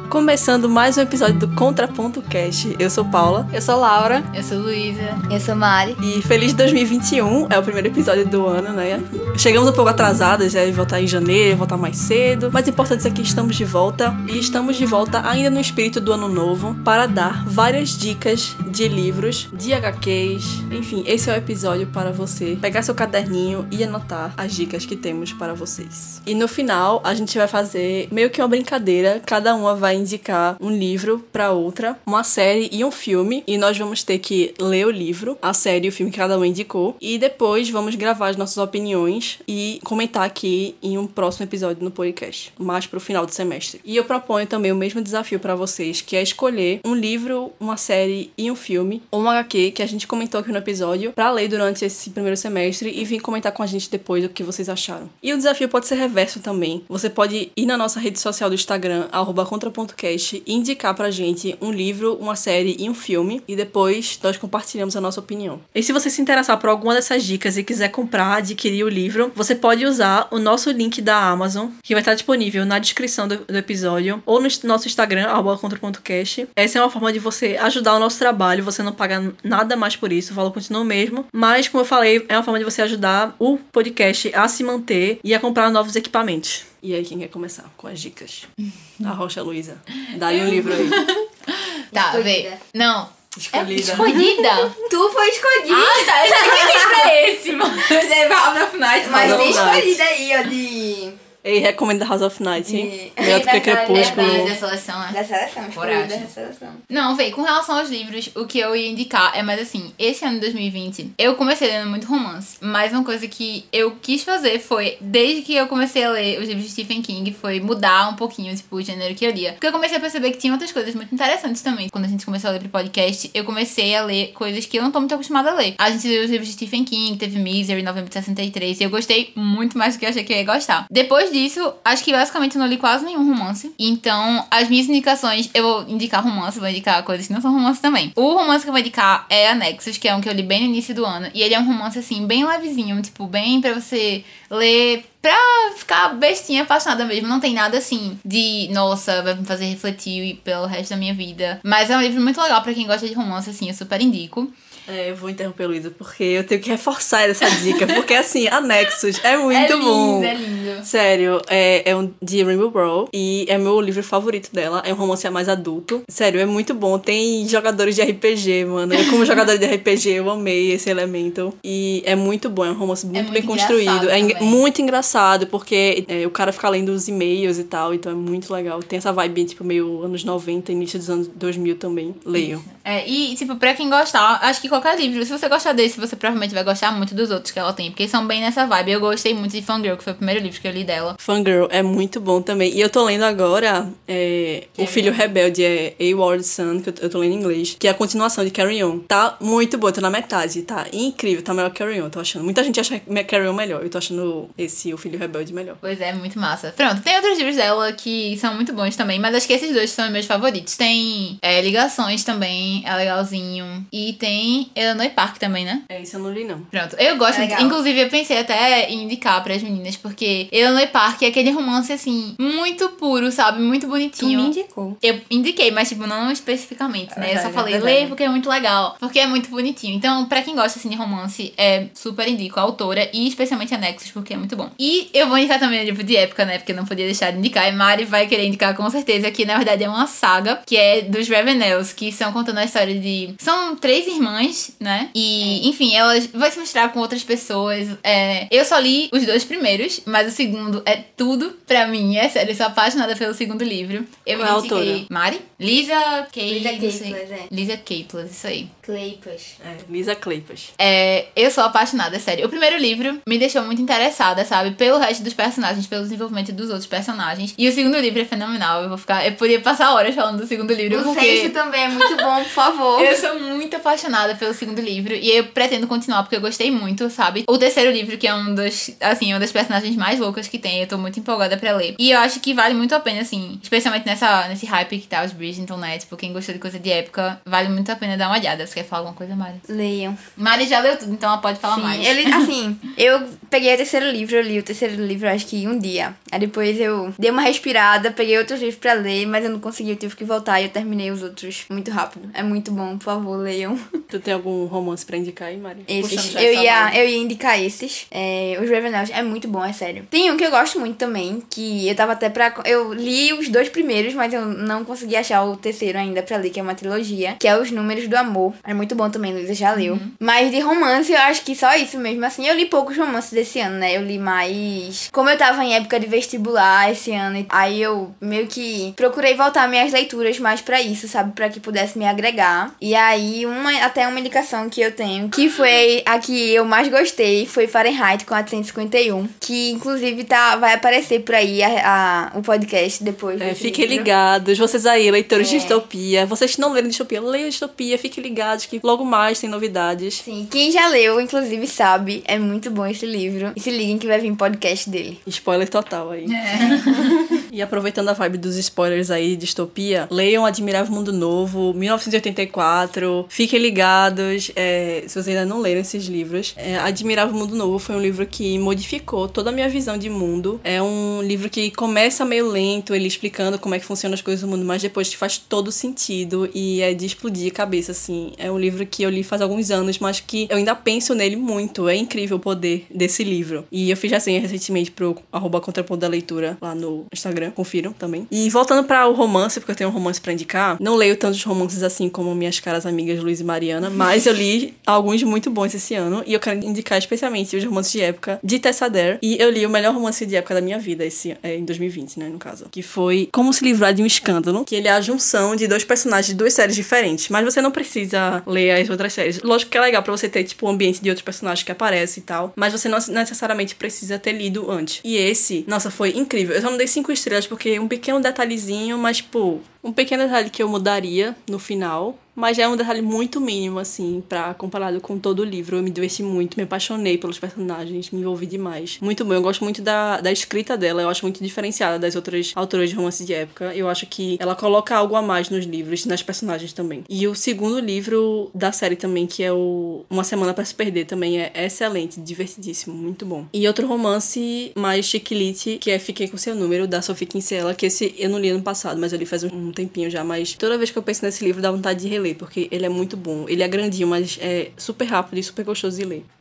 Começando mais um episódio do Contraponto Cast. Eu sou Paula. Eu sou Laura. Eu sou Luísa. Eu sou Mari. E feliz 2021, é o primeiro episódio do ano, né? Chegamos um pouco atrasadas, já ia voltar em janeiro, ia voltar mais cedo. Mas o importante é que estamos de volta. E estamos de volta ainda no espírito do ano novo para dar várias dicas de livros, de HQs. Enfim, esse é o episódio para você pegar seu caderninho e anotar as dicas que temos para vocês. E no final, a gente vai fazer meio que uma brincadeira. Cada uma vai indicar um livro pra outra, uma série e um filme, e nós vamos ter que ler o livro, a série e o filme que cada um indicou, e depois vamos gravar as nossas opiniões e comentar aqui em um próximo episódio no podcast, mais pro final do semestre. E eu proponho também o mesmo desafio pra vocês, que é escolher um livro, uma série e um filme, ou um HQ que a gente comentou aqui no episódio, pra ler durante esse primeiro semestre e vir comentar com a gente depois o que vocês acharam. E o desafio pode ser reverso também. Você pode ir na nossa rede social do Instagram, @contrapontocast, e indicar pra gente um livro, uma série e um filme, e depois nós compartilhamos a nossa opinião. E se você se interessar por alguma dessas dicas e quiser comprar, adquirir o livro, você pode usar o nosso link da Amazon, que vai estar disponível na descrição do episódio, ou no nosso Instagram, @contrapontocast. Essa é uma forma de você ajudar o nosso trabalho, você não paga nada mais por isso, o valor continua o mesmo, mas, como eu falei, é uma forma de você ajudar o podcast a se manter e a comprar novos equipamentos. E aí, quem quer começar com as dicas? A Rocha Luísa. Dá-lhe um livro aí. Tá, vê. Não. Escolhida. Escolhida? Tu foi escolhida. Ah, tá. Eu já liguei pra esse, mano. House of Night, mas House tem of Night. escolhida aí, ó, de... Ei, recomendo House of Night, hein? E- Melhor do que É Crepúsculo. da seleção, né? Da seleção, escolhida Coragem. da seleção. Não, véi, com relação aos livros, o que eu ia indicar é mais assim, esse ano de 2020, eu comecei lendo muito romance, mas uma coisa que eu quis fazer foi, desde que eu comecei a ler os livros de Stephen King, foi mudar um pouquinho, tipo, o gênero que eu lia. Porque eu comecei a perceber que tinha outras coisas muito interessantes também. Quando a gente começou a ler pro podcast, eu comecei a ler coisas que eu não tô muito acostumada a ler. A gente leu os livros de Stephen King, teve Misery, Novembro de 63, e eu gostei muito mais do que eu achei que eu ia gostar. Depois disso, acho que basicamente eu não li quase nenhum romance. Então, as minhas indicações, eu vou indicar romance, vou indicar coisas que não são romance também. O romance que eu vou indicar é Anexos, que é um que eu li bem no início do ano. E ele é um romance, assim, bem levezinho, tipo, bem pra você ler pra ficar bestinha, apaixonada mesmo. Não tem nada, assim, de, nossa, vai me fazer refletir pelo resto da minha vida. Mas é um livro muito legal pra quem gosta de romance, assim, eu super indico. Eu vou interromper, Luísa, porque eu tenho que reforçar essa dica. Porque, assim, Anexos é muito bom. É lindo. Sério, é um de Rainbow Rowell e é meu livro favorito dela. É um romance mais adulto. Sério, é muito bom. Tem jogadores de RPG, mano. Eu, como jogadora de RPG, eu amei esse elemento. E é muito bom. É um romance muito bem construído. É muito engraçado, porque o cara fica lendo os e-mails e tal. Então é muito legal. Tem essa vibe, tipo, meio anos 90, início dos anos 2000 também. Leio. E, tipo, pra quem gostar, acho que qualquer livro, se você gostar desse, você provavelmente vai gostar muito dos outros que ela tem, porque são bem nessa vibe. Eu gostei muito de Fangirl, que foi o primeiro livro que eu li dela. Fangirl é muito bom também. E eu tô lendo agora O Filho Rebelde, Wayward Son, que eu tô lendo em inglês, que é a continuação de Carry On. Tá muito boa, tô na metade, tá incrível, tá melhor que Carry On, tô achando. Muita gente acha Carry On melhor, eu tô achando O Filho Rebelde melhor. Pois é, muito massa. Pronto, tem outros livros dela que são muito bons também, mas acho que esses dois são meus favoritos. Tem Ligações também, é legalzinho. E tem Illinois Park também, né? Isso eu não li, não. Pronto, eu gosto muito. Legal. Inclusive, eu pensei até em indicar pras meninas, porque Illinois Park é aquele romance, assim, muito puro, sabe? Muito Tu bonitinho. me indicou. Eu indiquei, mas, tipo, não especificamente, né? Verdade, Eu só falei, verdade. lê porque é muito legal. Porque é muito bonitinho. Então, pra quem gosta, assim, de romance, super indico a autora. E especialmente Anexos, porque é muito bom. E eu vou indicar também o livro de época, né? Porque eu não podia deixar de indicar. E Mari vai querer indicar com certeza. Que, na verdade, é uma saga. Que é dos Ravenels. Que são contando a história de... São 3 irmãs, né? E, enfim, elas vão se mostrar com outras pessoas. Eu só li os 2 primeiros. Mas o segundo é tudo pra mim. É sério, eu sou apaixonada pelo segundo livro. Eu Qual é a indiquei autora? Mari? Lisa Lisa não sei. Kleypas, Lisa Kleypas, isso aí. Kleypas. Lisa Kleypas. Eu sou apaixonada, sério. O primeiro livro me deixou muito interessada, sabe? Pelo resto dos personagens, pelo desenvolvimento dos outros personagens. E o segundo livro é fenomenal. Eu podia passar horas falando do segundo livro, O porque... sexto também é muito bom, por favor. Eu sou muito apaixonada pelo segundo livro e eu pretendo continuar porque eu gostei muito, sabe? O terceiro livro, que é uma das personagens mais loucas loucas que tem. Eu tô muito empolgada pra ler. E eu acho que vale muito a pena, assim, especialmente nesse hype que tá os Bridgerton, né? Tipo, quem gostou de coisa de época, vale muito a pena dar uma olhada. Você quer falar alguma coisa, Mari? Leiam. Mari já leu tudo, então ela pode falar mais. Eu peguei o terceiro livro, eu li o terceiro livro acho que um dia. Aí depois eu dei uma respirada, peguei outros livros pra ler, mas eu não consegui, eu tive que voltar e eu terminei os outros muito rápido. É muito bom, por favor, leiam. Tu tem algum romance pra indicar aí, Mari? Esses, Puxando já eu essa ia, vibe. eu ia indicar esses. Os Ravenels é muito bom, é sério. Tem um que eu gosto muito também, que eu tava até pra... Eu li os 2 primeiros, mas eu não consegui achar o terceiro ainda pra ler, que é uma trilogia, que é Os Números do Amor. É muito bom também, Luísa já leu. Mas de romance, eu acho que só isso mesmo. Assim, eu li poucos romances desse ano, né? Eu li mais... Como eu tava em época de vestibular esse ano, aí eu meio que procurei voltar minhas leituras mais pra isso, sabe? Pra que pudesse me agregar. E aí, até uma indicação que eu tenho, que foi a que eu mais gostei, foi Fahrenheit 451, que inclusive vai aparecer por aí o podcast depois desse Fiquem livro. ligados, vocês aí, leitores de distopia. Vocês que não leram distopia, leiam distopia, fiquem ligados que logo mais tem novidades. Sim, quem já leu, inclusive, sabe, é muito bom esse livro. E se liguem que vai vir podcast dele. Spoiler total aí. E aproveitando a vibe dos spoilers aí, distopia, leiam Admirável Mundo Novo, 1984. Fiquem ligados, se vocês ainda não leram esses livros. Admirável Mundo Novo foi um livro que modificou toda a minha visão de mundo. É um livro que começa meio lento, ele explicando como é que funcionam as coisas do mundo, mas depois faz todo sentido e é de explodir a cabeça, assim. É um livro que eu li faz alguns anos, mas que eu ainda penso nele muito. É incrível o poder desse livro. E eu fiz resenha recentemente pro @contraponto da leitura lá no Instagram, confiram também. E voltando para o romance, porque eu tenho um romance pra indicar, não leio tantos romances assim como minhas caras amigas Luiz e Mariana, mas eu li alguns muito bons esse ano e eu quero indicar especialmente os romances de época de Tessa Dare. E eu li o melhor romance de época da minha vida em 2020, né, no caso. Que foi Como Se Livrar de um Escândalo, que ele é a junção de 2 personagens de 2 séries diferentes, mas você não precisa ler as outras séries. Lógico que é legal pra você ter, tipo, o ambiente de outros personagens que aparecem e tal, mas você não necessariamente precisa ter lido antes. E esse, nossa, foi incrível. Eu só não dei 5 estrelas porque um pequeno detalhezinho, mas, tipo, um pequeno detalhe que eu mudaria no final, mas já é um detalhe muito mínimo, assim, comparado com todo o livro. Eu me diverti muito, me apaixonei pelos personagens, me envolvi demais. Muito bom, eu gosto muito da escrita dela, eu acho muito diferenciada das outras autoras de romance de época. Eu acho que ela coloca algo a mais nos livros, nas personagens também. E o segundo livro da série também, que é Uma Semana Pra Se Perder, também é excelente, divertidíssimo, muito bom. E outro romance mais chiquilite, que é Fiquei Com Seu Número, da Sophie Kinsella, que esse eu não li ano passado, mas eu li faz um tempinho já, mas toda vez que eu penso nesse livro dá vontade de reler, porque ele é muito bom. Ele é grandinho, mas é super rápido e super gostoso de ler.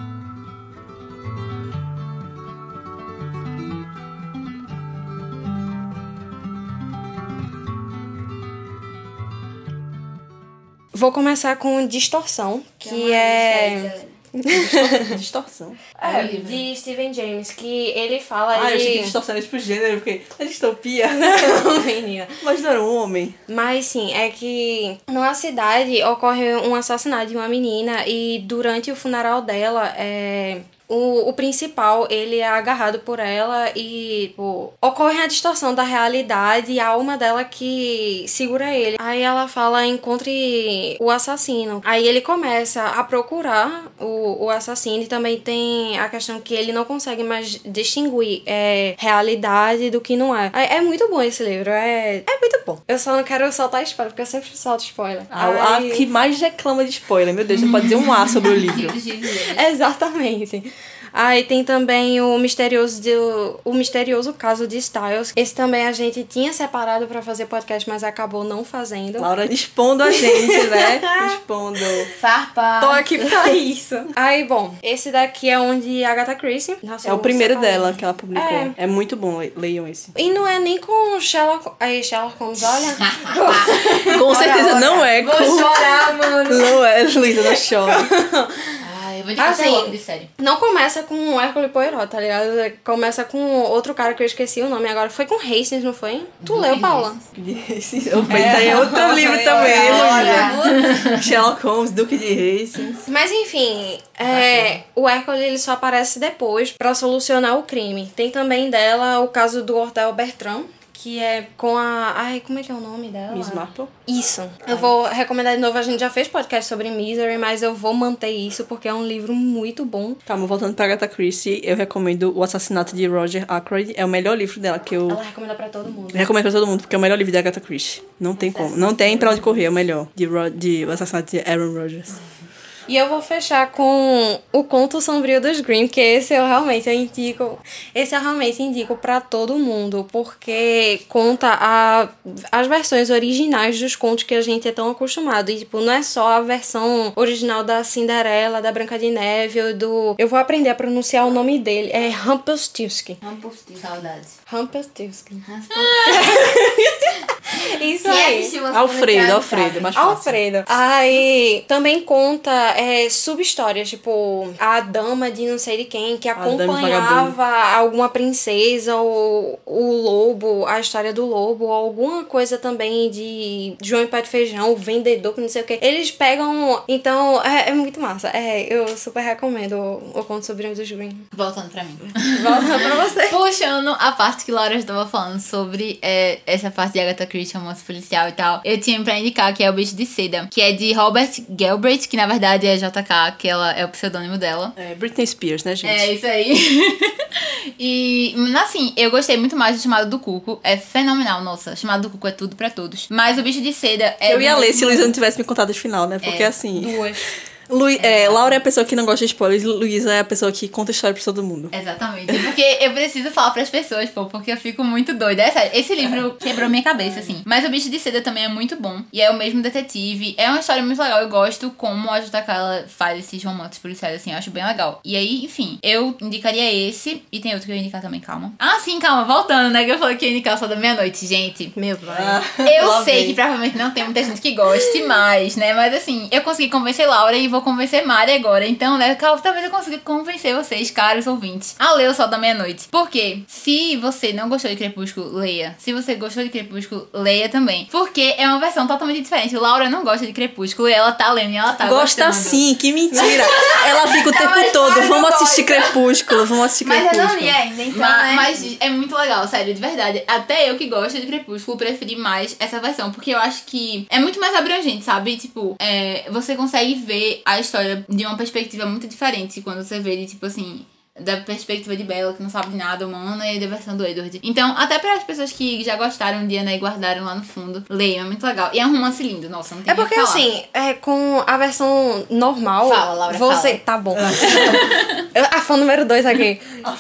Vou começar com Distorção, que é... Distorção. De Steven James, que ele fala Eu de... achei que distorção era pro gênero, porque é distopia. Não, menina. Mas não era um homem. Mas sim, é que numa cidade ocorre um assassinato de uma menina e durante o funeral dela, o principal, ele é agarrado por ela e, tipo, ocorre a distorção da realidade e a alma dela que segura ele. Aí ela fala, encontre o assassino. Aí ele começa a procurar o assassino e também tem a questão que ele não consegue mais distinguir realidade do que não é. É muito bom esse livro, é muito bom. Eu só não quero soltar spoiler, porque eu sempre solto spoiler. A que mais reclama de spoiler, meu Deus, você pode dizer um A sobre o livro. Exatamente. Aí tem também o misterioso caso de Styles. Esse também a gente tinha separado pra fazer podcast, mas acabou não fazendo. Laura expondo a gente, né? Expondo. Farpa. Tô aqui pra isso. Aí, bom, esse daqui é onde Agatha Christie. Nossa, É o eu primeiro separei. dela que ela publicou. É muito bom, leiam esse. E não é nem com Sherlock Holmes, olha. Com certeza não é Vou com... chorar, mano. Não é, Luísa, não chora. Eu vou indicar Assim, logo de série. Não começa com o Hercule Poirot, tá ligado? Começa com outro cara que eu esqueci o nome agora. Foi com Hastings, não foi? Tu leu, Paula? Eu pensei em outro livro também, Luísa. Sherlock Holmes, Duque de Hastings. Mas enfim, o Hercule ele só aparece depois pra solucionar o crime. Tem também dela o caso do Hotel Bertrand, que é com a... Ai, como é que é o nome dela? Miss Marple. Isso. Eu vou recomendar de novo. A gente já fez podcast sobre Misery, mas eu vou manter isso porque é um livro muito bom. Calma, voltando pra Agatha Christie, eu recomendo O Assassinato de Roger Ackroyd. É o melhor livro dela que eu... Ela recomenda pra todo mundo. Recomendo pra todo mundo, porque é o melhor livro da Agatha Christie. Não tem como. Não tem pra onde correr, é o melhor. De O Assassinato de Aaron Rodgers. E eu vou fechar com O Conto Sombrio dos Grimm, que esse eu realmente indico pra todo mundo, porque conta as versões originais dos contos que a gente é tão acostumado. E, tipo, não é só a versão original da Cinderela, da Branca de Neve, ou do... Eu vou aprender a pronunciar o nome dele. É Rumpelstiltskin. Saudades. Rumpelstiltskin. Isso Quem aí. assistiu as Alfredo, publicadas, mais fácil. Alfredo. Aí também conta sub-histórias, tipo, a dama de não sei de quem, que Dama de acompanhava alguma princesa, ou o lobo, a história do lobo, ou alguma coisa também de João e Pé de Feijão, o vendedor, que não sei o que. Eles pegam. Então, é muito massa. Eu super recomendo o Conto Sobrinho dos Grimm. Voltando pra mim. Volta pra você. Puxando a parte que Laura estava falando sobre essa parte de Agatha Christie, romance policial e tal, eu tinha pra indicar que é O Bicho de Seda, que é de Robert Galbraith, que na verdade é JK, que ela é o pseudônimo dela. É Britney Spears, né, gente? É, isso aí. E, assim, eu gostei muito mais do Chamado do Cuco. É fenomenal, nossa. Chamado do Cuco é tudo pra todos. Mas O Bicho de Seda é... Eu ia ler se Luísa não tivesse me contado o final, né? Porque assim... Duas. Laura é a pessoa que não gosta de spoilers, Luísa é a pessoa que conta história pra todo mundo. Exatamente. Porque eu preciso falar pras pessoas, pô, porque eu fico muito doida. É sério, esse livro quebrou minha cabeça, assim. Mas O Bicho de Seda também é muito bom. E é o mesmo detetive. É uma história muito legal. Eu gosto como a JK ela faz esses romances policiais, assim. Eu acho bem legal. E aí, enfim, eu indicaria esse. E tem outro que eu ia indicar também, calma. Ah, sim, calma. Voltando, né? Que eu falei que ia indicar só da meia-noite, gente. Meu pai. Eu sei que provavelmente não tem muita gente que goste mais, né? Mas assim, eu consegui convencer Laura e vou convencer Mari agora. Então, né, talvez eu consiga convencer vocês, caros ouvintes, a ler O Sol da Meia-Noite. Por quê? Se você não gostou de Crepúsculo, leia. Se você gostou de Crepúsculo, leia também. Porque é uma versão totalmente diferente. Laura não gosta de Crepúsculo e ela tá lendo e ela tá Gosta gostando. sim, que mentira. Ela fica o tempo todo, vamos assistir Crepúsculo, vamos assistir Mas Crepúsculo. eu não li ainda, então, né? Mas é muito legal, sério, de verdade. Até eu que gosto de Crepúsculo, preferi mais essa versão. Porque eu acho que é muito mais abrangente, sabe? Tipo, você consegue ver a história de uma perspectiva muito diferente quando você vê de, tipo assim, da perspectiva de Bella, que não sabe de nada humana, e da versão do Edward. Então, até para as pessoas que já gostaram de Ana e guardaram lá no fundo, leiam, é muito legal. E é um romance lindo, nossa, não tem É porque, o que falar. assim, com a versão normal... Fala, Laura, você... fala. Tá bom. A fã número 2 aqui.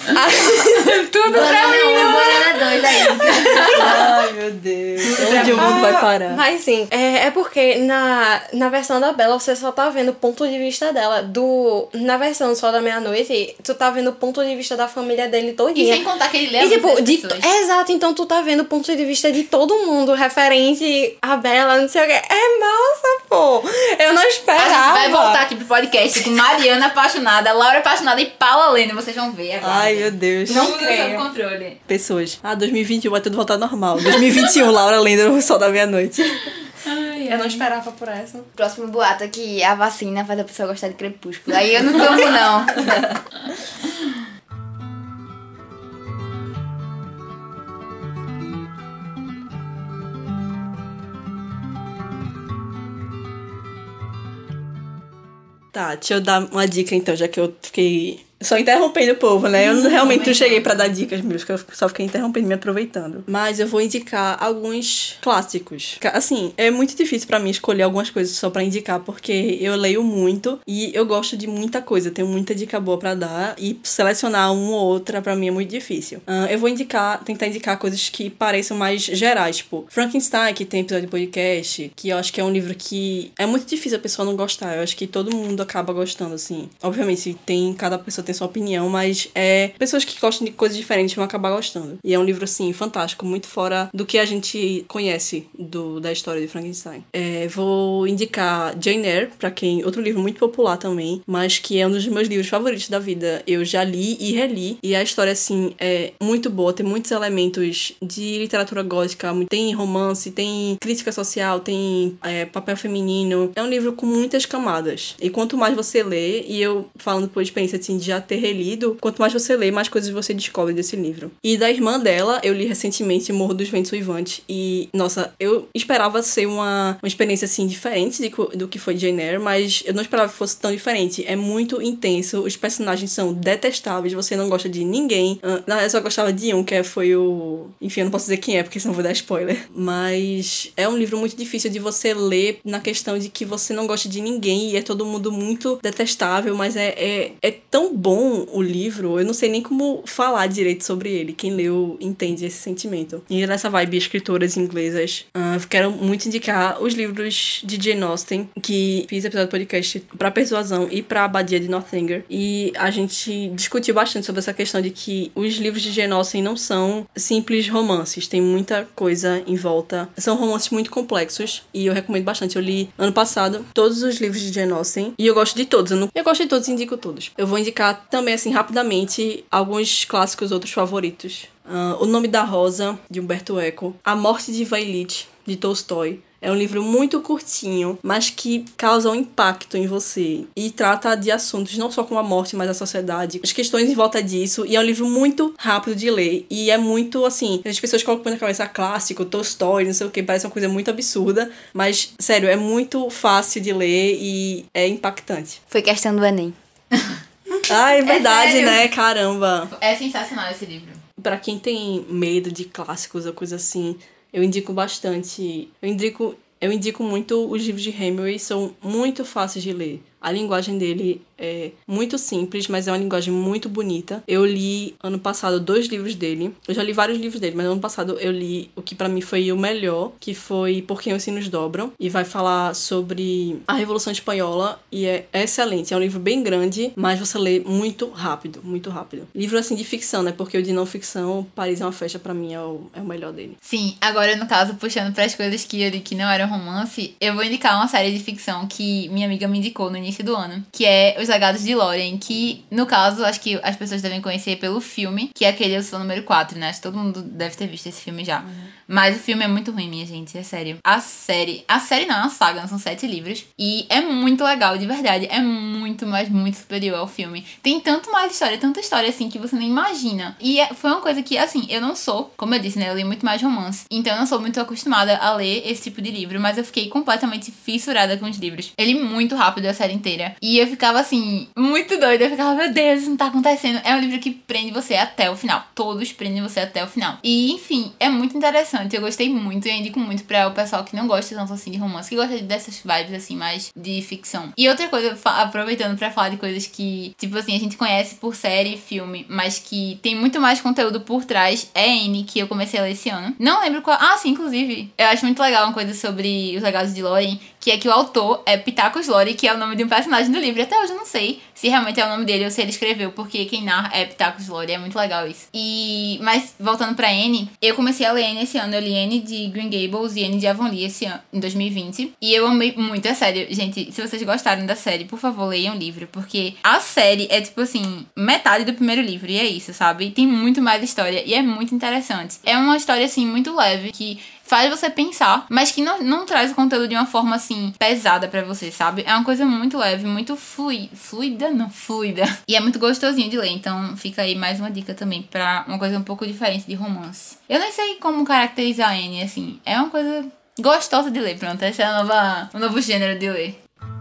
Tudo pra mim! Banana 2 aí. Ai, meu Deus. Onde o mundo vai parar? Mas sim, é porque na versão da Bella você só tá vendo o ponto de vista dela. Na versão Sol da Meia-Noite, tu tá vendo o ponto de vista da família dele E todinha. sem contar que ele lê a E vida tipo, das pessoas. exato, então tu tá vendo o ponto de vista de todo mundo referente a Bella, não sei o que. É massa, pô. Eu não A esperava. gente vai voltar aqui pro podcast com Mariana apaixonada, Laura apaixonada e Paula lendo. Vocês vão ver agora. Ai, meu Deus. Não sob creio. controle. Pessoas. 2021 vai tudo voltar normal. 2021, Laura lendo O Sol da Meia-Noite. Eu não esperava por essa. Próximo boato é que a vacina faz a pessoa gostar de Crepúsculo. Aí eu não tomo, não. Tá, deixa eu dar uma dica então, já que eu fiquei só interrompendo o povo, né? Eu realmente não cheguei pra dar dicas mesmo, eu só fiquei interrompendo e me aproveitando. Mas eu vou indicar alguns clássicos. Assim, é muito difícil pra mim escolher algumas coisas só pra indicar, porque eu leio muito e eu gosto de muita coisa, tenho muita dica boa pra dar, e selecionar uma ou outra pra mim é muito difícil. Eu vou tentar indicar coisas que pareçam mais gerais, tipo Frankenstein, que tem episódio de podcast, que eu acho que é um livro que é muito difícil a pessoa não gostar. Eu acho que todo mundo acaba gostando, assim. Obviamente, cada pessoa tem sua opinião, mas pessoas que gostam de coisas diferentes vão acabar gostando. E é um livro, assim, fantástico, muito fora do que a gente conhece da história de Frankenstein. Vou indicar Jane Eyre, outro livro muito popular também, mas que é um dos meus livros favoritos da vida. Eu já li e reli, e a história, assim, é muito boa, tem muitos elementos de literatura gótica, tem romance, tem crítica social, tem papel feminino. É um livro com muitas camadas. E quanto mais você lê, e eu falando por experiência, assim, de já ter relido, quanto mais você lê, mais coisas você descobre desse livro. E da irmã dela, eu li recentemente Morro dos Ventos Uivantes. E, nossa, eu esperava ser uma experiência, assim, diferente do que foi Jane Eyre, mas eu não esperava que fosse tão diferente. É muito intenso, os personagens são detestáveis, você não gosta de ninguém. Eu só gostava de um, foi o... Enfim, eu não posso dizer quem é, porque senão vou dar spoiler. Mas é um livro muito difícil de você ler na questão de que você não gosta de ninguém e é todo mundo muito detestável, mas é tão bom o livro, eu não sei nem como falar direito sobre ele. Quem leu entende esse sentimento. E nessa vibe, escritoras inglesas, quero muito indicar os livros de Jane Austen, que fiz episódio do podcast pra Persuasão e pra Abadia de Northanger. E a gente discutiu bastante sobre essa questão de que os livros de Jane Austen não são simples romances, tem muita coisa em volta. São romances muito complexos e eu recomendo bastante. Eu li ano passado todos os livros de Jane Austen e eu gosto de todos. Eu gosto de todos e indico todos. Eu vou indicar também, assim, rapidamente, alguns clássicos, outros favoritos. O Nome da Rosa, de Umberto Eco. A Morte de Ivailite, de Tolstói. É um livro muito curtinho, mas que causa um impacto em você. E trata de assuntos não só como a morte, mas a sociedade, as questões em volta disso. E é um livro muito rápido de ler. E é muito, assim, as pessoas colocam na cabeça clássico, Tolstói, não sei o que, parece uma coisa muito absurda. Mas, sério, é muito fácil de ler e é impactante. Foi questão do Enem. Ah, é verdade, né? Caramba. É sensacional esse livro. Pra quem tem medo de clássicos ou coisa assim, eu indico bastante. Eu indico muito os livros de Hemingway, são muito fáceis de ler. A linguagem dele é muito simples, mas é uma linguagem muito bonita. Eu li ano passado 2 livros dele. Eu já li vários livros dele, mas ano passado eu li o que pra mim foi o melhor, que foi Por Quem os Sinos Dobram. E vai falar sobre a Revolução Espanhola e é excelente. É um livro bem grande, mas você lê muito rápido, muito rápido. Livro assim de ficção, né? Porque o de não ficção, Paris é uma Festa, pra mim é o melhor dele. Sim, agora no caso, puxando pras coisas que eu li que não eram romance, eu vou indicar uma série de ficção que minha amiga me indicou no início do ano, que é Os Legados de Lórien, que, no caso, acho que as pessoas devem conhecer pelo filme, que é aquele Eu Sou Número 4, né? Acho que todo mundo deve ter visto esse filme já. Mas o filme é muito ruim, minha gente, é sério. A série não é uma saga, são 7 livros. E é muito legal, de verdade. É muito, mas muito superior ao filme. Tem tanto mais história, tanta história, assim, que você nem imagina. E foi uma coisa que, assim, eu não sou, como eu disse, né? Eu li muito mais romance. Então eu não sou muito acostumada a ler esse tipo de livro. Mas eu fiquei completamente fissurada com os livros. Eu li muito rápido a série inteira. E eu ficava, assim, muito doida. Eu ficava, meu Deus, isso não tá acontecendo. É um livro que prende você até o final. Todos prendem você até o final. E, enfim, é muito interessante. Eu gostei muito e eu indico muito pra o pessoal que não gosta tanto assim de romance, que gosta dessas vibes assim, mais de ficção. E outra coisa, aproveitando pra falar de coisas que, tipo assim, a gente conhece por série e filme, mas que tem muito mais conteúdo por trás, é Anne, que eu comecei a ler esse ano. Não lembro qual... Ah, sim, inclusive. Eu acho muito legal uma coisa sobre Os Legados de Lórien, que é que o autor é Pitacos Lorre, que é o nome de um personagem do livro. Até hoje eu não sei se realmente é o nome dele ou se ele escreveu, porque quem narra é Pitacos Lorre. É muito legal isso. Mas, voltando pra Anne, eu comecei a ler Anne esse ano. Eu li Anne de Green Gables e Anne de Avonlea esse ano, em 2020. E eu amei muito, é sério. Gente, se vocês gostaram da série, por favor, leiam o livro. Porque a série é, tipo assim, metade do primeiro livro. E é isso, sabe? Tem muito mais história e é muito interessante. É uma história, assim, muito leve, que faz você pensar, mas que não traz o conteúdo de uma forma, assim, pesada pra você, sabe? É uma coisa muito leve, muito fluida. E é muito gostosinho de ler, então fica aí mais uma dica também pra uma coisa um pouco diferente de romance. Eu nem sei como caracterizar a Anne, assim, é uma coisa gostosa de ler, pronto, esse é o novo gênero de ler.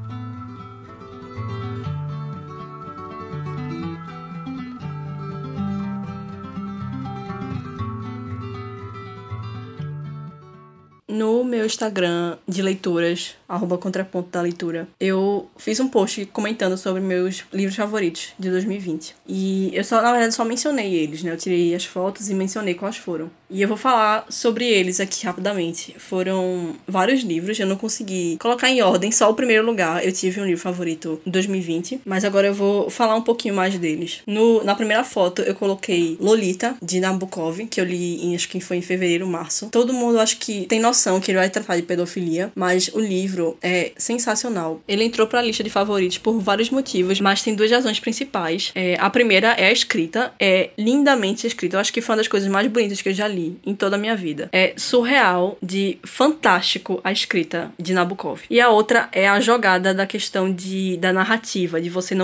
No meu Instagram de leituras, @contraponto da leitura, eu fiz um post comentando sobre meus livros favoritos de 2020. E eu na verdade, só mencionei eles, né? Eu tirei as fotos e mencionei quais foram. E eu vou falar sobre eles aqui rapidamente. Foram vários livros, eu não consegui colocar em ordem, só o primeiro lugar. Eu tive um livro favorito em 2020, mas agora eu vou falar um pouquinho mais deles. Na primeira foto, eu coloquei Lolita, de Nabokov, que eu li acho que foi em fevereiro, março. Todo mundo acho que tem noção que ele vai tratar de pedofilia, mas o livro livro é sensacional. Ele entrou pra lista de favoritos por vários motivos, mas tem duas razões principais. A primeira é a escrita, é lindamente escrita. Eu acho que foi uma das coisas mais bonitas que eu já li em toda a minha vida. É surreal, de fantástico a escrita de Nabokov. E a outra é a jogada da questão da narrativa, de você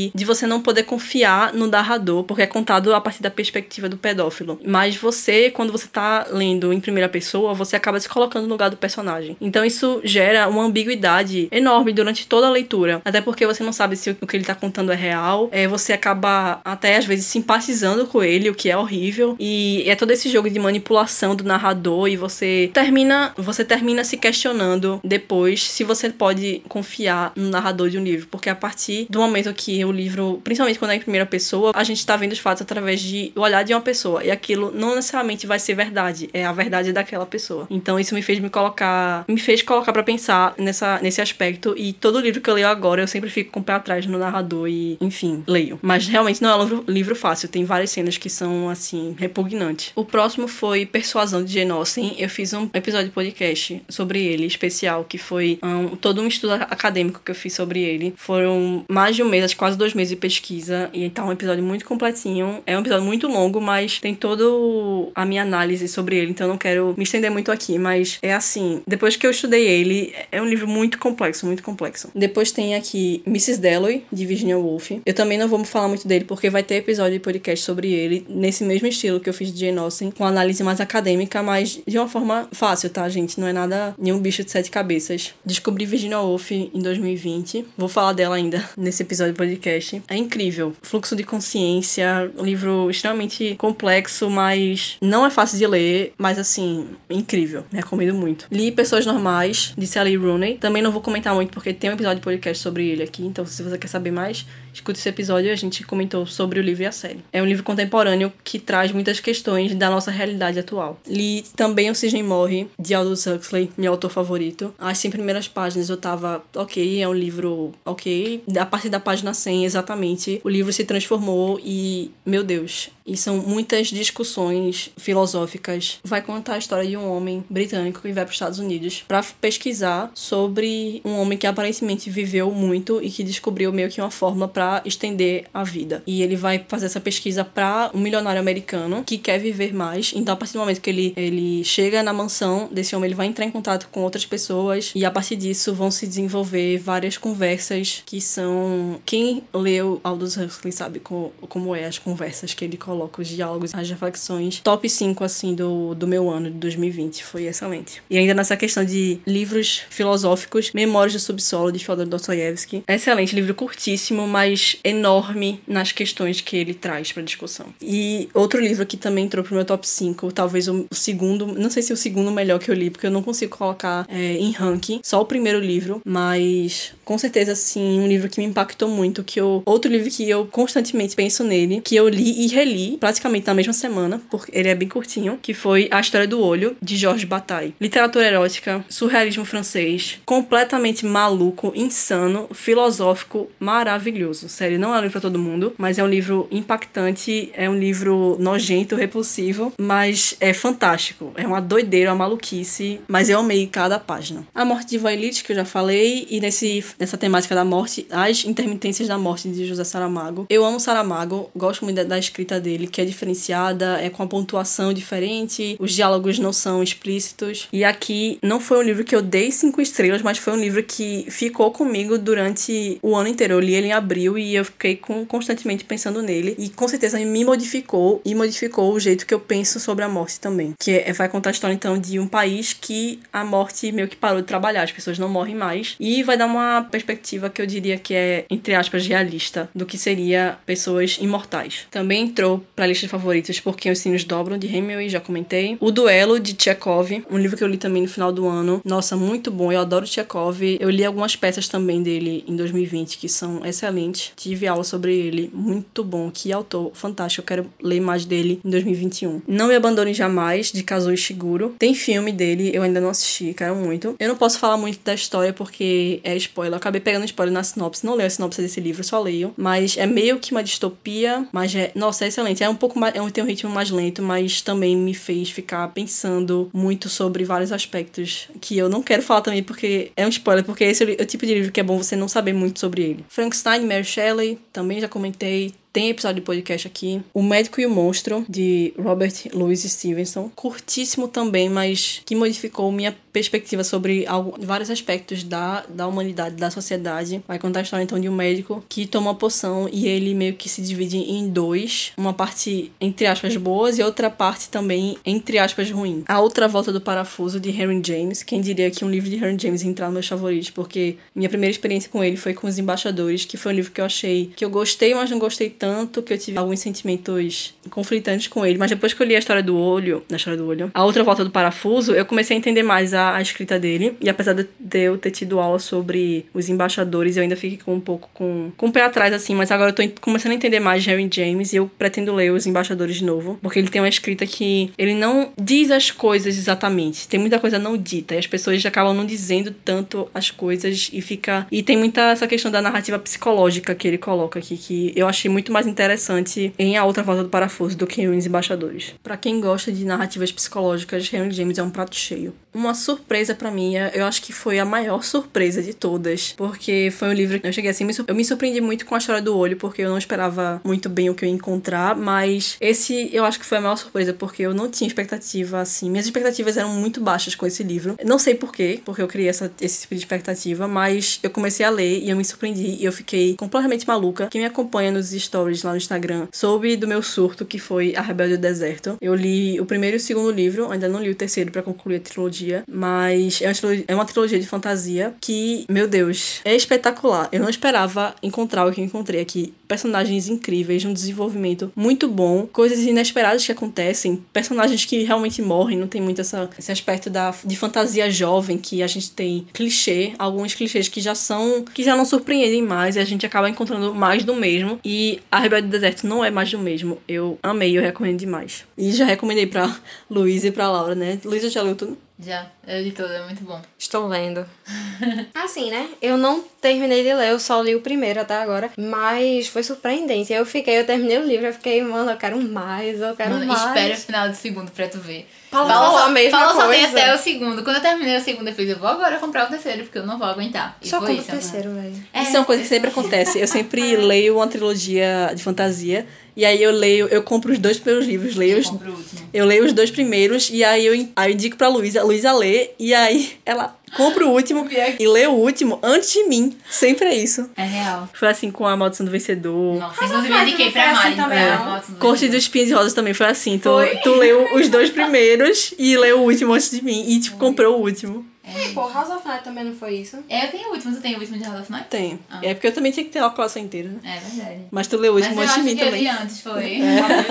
não poder confiar no narrador, porque é contado a partir da perspectiva do pedófilo. Mas você, quando você tá lendo em primeira pessoa, você acaba se colocando no lugar do personagem. Então isso gera uma ambiguidade enorme durante toda a leitura. Até porque você não sabe se o que ele tá contando é real. Você acaba até às vezes simpatizando com ele, o que é horrível. E é todo esse jogo de manipulação do narrador, e você termina se questionando depois se você pode confiar no narrador de um livro. Porque a partir do momento que o livro, principalmente quando é em primeira pessoa, a gente tá vendo os fatos através do olhar de uma pessoa. E aquilo não necessariamente vai ser verdade. É a verdade daquela pessoa. Então isso me fez colocar pra pensar nesse aspecto. E todo livro que eu leio agora, eu sempre fico com o pé atrás no narrador e, enfim, leio. Mas realmente não é um livro fácil. Tem várias cenas que são, assim, repugnantes. O próximo foi Persuasão, de Jane Austen. Eu fiz um episódio de podcast sobre ele, especial, que foi todo um estudo acadêmico que eu fiz sobre ele. Foram mais de um mês, quase 2 meses de pesquisa. E então é um episódio muito completinho. É um episódio muito longo, mas tem toda a minha análise sobre ele. Então eu não quero me estender muito aqui. Mas é assim, depois que eu estudei ele, é um livro muito complexo, muito complexo. Depois tem aqui Mrs. Dalloway, de Virginia Woolf. Eu também não vou falar muito dele, porque vai ter episódio de podcast sobre ele, nesse mesmo estilo que eu fiz de Jane Austen, com análise mais acadêmica, mas de uma forma fácil, tá, gente? Não é nada, nenhum bicho de 7 cabeças. Descobri Virginia Woolf em 2020. Vou falar dela ainda nesse episódio de podcast. É incrível. Fluxo de consciência, um livro extremamente complexo, mas não é fácil de ler, mas assim, incrível. Recomendo muito. Li Pessoas Normais, de Sally Rooney. Também não vou comentar muito, porque tem um episódio de podcast sobre ele aqui, então se você quer saber mais, escute esse episódio. A gente comentou sobre o livro e a série. É um livro contemporâneo que traz muitas questões da nossa realidade atual. Li também O Cisne Morre, de Aldous Huxley, meu autor favorito. As 100 primeiras páginas eu tava, ok, é um livro ok. A partir da página 100, exatamente, o livro se transformou e, meu Deus, e são muitas discussões filosóficas. Vai contar a história de um homem britânico que vai para os Estados Unidos para pesquisar sobre um homem que aparentemente viveu muito e que descobriu meio que uma forma para estender a vida. E ele vai fazer essa pesquisa para um milionário americano que quer viver mais. Então, a partir do momento que ele chega na mansão desse homem, ele vai entrar em contato com outras pessoas e a partir disso vão se desenvolver várias conversas que são... Quem leu Aldous Huxley sabe como é as conversas que ele coloca, os diálogos, as reflexões. Top 5, assim, do meu ano de 2020. Foi excelente. E ainda nessa questão de livros filosóficos, Memórias do Subsolo, de Fyodor Dostoiévski. Excelente, livro curtíssimo, mas enorme nas questões que ele traz pra discussão. E outro livro que também entrou pro meu top 5, talvez o segundo, não sei se é o segundo melhor que eu li, porque eu não consigo colocar em ranking, só o primeiro livro, mas com certeza, sim, um livro que me impactou muito, outro livro que eu constantemente penso nele, que eu li e reli praticamente na mesma semana, porque ele é bem curtinho, que foi A História do Olho, de Georges Bataille. Literatura erótica, surrealismo francês, completamente maluco, insano, filosófico, maravilhoso. Sério, não é um livro pra todo mundo, mas é um livro impactante, é um livro nojento, repulsivo, mas é fantástico. É uma doideira, uma maluquice, mas eu amei cada página. A Morte de Ivan Illich, que eu já falei, e nessa temática da morte, As Intermitências da Morte, de José Saramago. Eu amo Saramago, gosto muito da escrita dele, que é diferenciada, é com a pontuação diferente, os diálogos não são explícitos. E aqui não foi um livro que eu dei 5 estrelas, mas foi um livro que ficou comigo durante o ano inteiro. Eu li ele em abril e eu fiquei constantemente pensando nele. E com certeza me modificou o jeito que eu penso sobre a morte também. Que vai contar a história, então, de um país que a morte meio que parou de trabalhar, as pessoas não morrem mais. E vai dar uma perspectiva que eu diria que é, entre aspas, realista do que seria pessoas imortais. Também entrou pra lista de favoritos Porque os Sinos Dobram, de Hemingway, já comentei. O Duelo, de Chekhov, um livro que eu li também no final do ano. Nossa, muito bom, eu adoro Chekhov. Eu li algumas peças também dele em 2020 que são excelentes. Tive aula sobre ele, muito bom, que autor fantástico, eu quero ler mais dele em 2021. Não Me Abandone Jamais, de Kazuo Ishiguro. Tem filme dele, eu ainda não assisti, quero muito. Eu não posso falar muito da história porque é spoiler, eu acabei pegando spoiler na sinopse, não leio a sinopse desse livro, só leio, mas é meio que uma distopia, mas nossa, é excelente, é um pouco mais, tem um ritmo mais lento, mas também me fez ficar pensando muito sobre vários aspectos que eu não quero falar também também, porque é um spoiler, porque esse é o tipo de livro que é bom você não saber muito sobre ele. Frankenstein, Mary Shelley, também já comentei. Tem episódio de podcast aqui. O Médico e o Monstro, de Robert Louis Stevenson. Curtíssimo também, mas que modificou minha perspectiva sobre vários aspectos da humanidade, da sociedade. Vai contar a história, então, de um médico que toma uma poção e ele meio que se divide em dois. Uma parte, entre aspas, boas e outra parte também, entre aspas, ruim. A Outra Volta do Parafuso, de Henry James. Quem diria que um livro de Henry James ia entrar nos meus favoritos, porque minha primeira experiência com ele foi com Os Embaixadores, que foi um livro que eu achei que eu gostei, mas não gostei tanto, que eu tive alguns sentimentos conflitantes com ele. Mas depois que eu li a História do Olho, A Outra Volta do Parafuso, eu comecei a entender mais a escrita dele. E apesar de eu ter tido aula sobre Os Embaixadores, eu ainda fiquei com um pouco com o pé atrás, assim. Mas agora eu tô começando a entender mais de Henry James e eu pretendo ler Os Embaixadores de novo. Porque ele tem uma escrita que ele não diz as coisas exatamente. Tem muita coisa não dita. E as pessoas acabam não dizendo tanto as coisas e tem muita essa questão da narrativa psicológica que ele coloca aqui, que eu achei muito mais interessante em A Outra Volta do Parafuso do que em Os Embaixadores. Pra quem gosta de narrativas psicológicas, Henry James é um prato cheio. Uma surpresa pra mim, eu acho que foi a maior surpresa de todas, porque foi um livro que eu cheguei assim, eu me surpreendi muito com A História do Olho, porque eu não esperava muito bem o que eu ia encontrar, mas esse eu acho que foi a maior surpresa, porque eu não tinha expectativa, assim, minhas expectativas eram muito baixas com esse livro. Não sei porquê, porque eu criei esse tipo de expectativa, mas eu comecei a ler e eu me surpreendi e eu fiquei completamente maluca. Quem me acompanha nos stories lá no Instagram soube do meu surto, que foi A Rebelde do Deserto. Eu li o primeiro e o segundo livro, ainda não li o terceiro pra concluir a trilogia, mas é uma trilogia de fantasia que, meu Deus, é espetacular. Eu não esperava encontrar o que eu encontrei aqui. Personagens incríveis, um desenvolvimento muito bom, coisas inesperadas que acontecem, personagens que realmente morrem, não tem muito esse aspecto de fantasia jovem que a gente tem alguns clichês que já não surpreendem mais e a gente acaba encontrando mais do mesmo. E A Rebelde do Deserto não é mais do mesmo. Eu amei, eu recomendo demais. E já recomendei pra Luísa e pra Laura, né? Luísa já leu tudo? Já, eu li todo, é muito bom. Estou lendo. Assim, né? Eu não terminei de ler, eu só li o primeiro até agora, mas foi surpreendente. Eu terminei o livro, eu fiquei, mano, eu quero mais. Espera o final do segundo pra tu ver. Paula falou a mesma Paula só tem coisa. até o segundo. Quando eu terminei o segundo, eu fiz, eu vou agora comprar o terceiro, porque eu não vou aguentar. E só foi compra isso, o terceiro, velho. Isso é uma coisa que sempre acontece. Eu sempre leio uma trilogia de fantasia e aí eu compro os 2 primeiros livros, eu leio os 2 primeiros e aí eu indico pra Luísa, a Luísa lê e aí ela compra o último e lê o último antes de mim. Sempre é isso. É real. Foi assim com A Maldição do Vencedor. Nossa, inclusive eu indiquei pra Mari. Corte dos Espinhos e Rosas também foi assim. Tu leu os 2 primeiros e leu o último antes de mim e, comprou o último. Pô, House of Night também não foi isso? Eu tenho o último, tu tem o último de House of Night? Tenho. É porque eu também tinha que ter a coleção inteira, né? É verdade. Mas tu leu o último antes de mim também. Eu li antes, foi.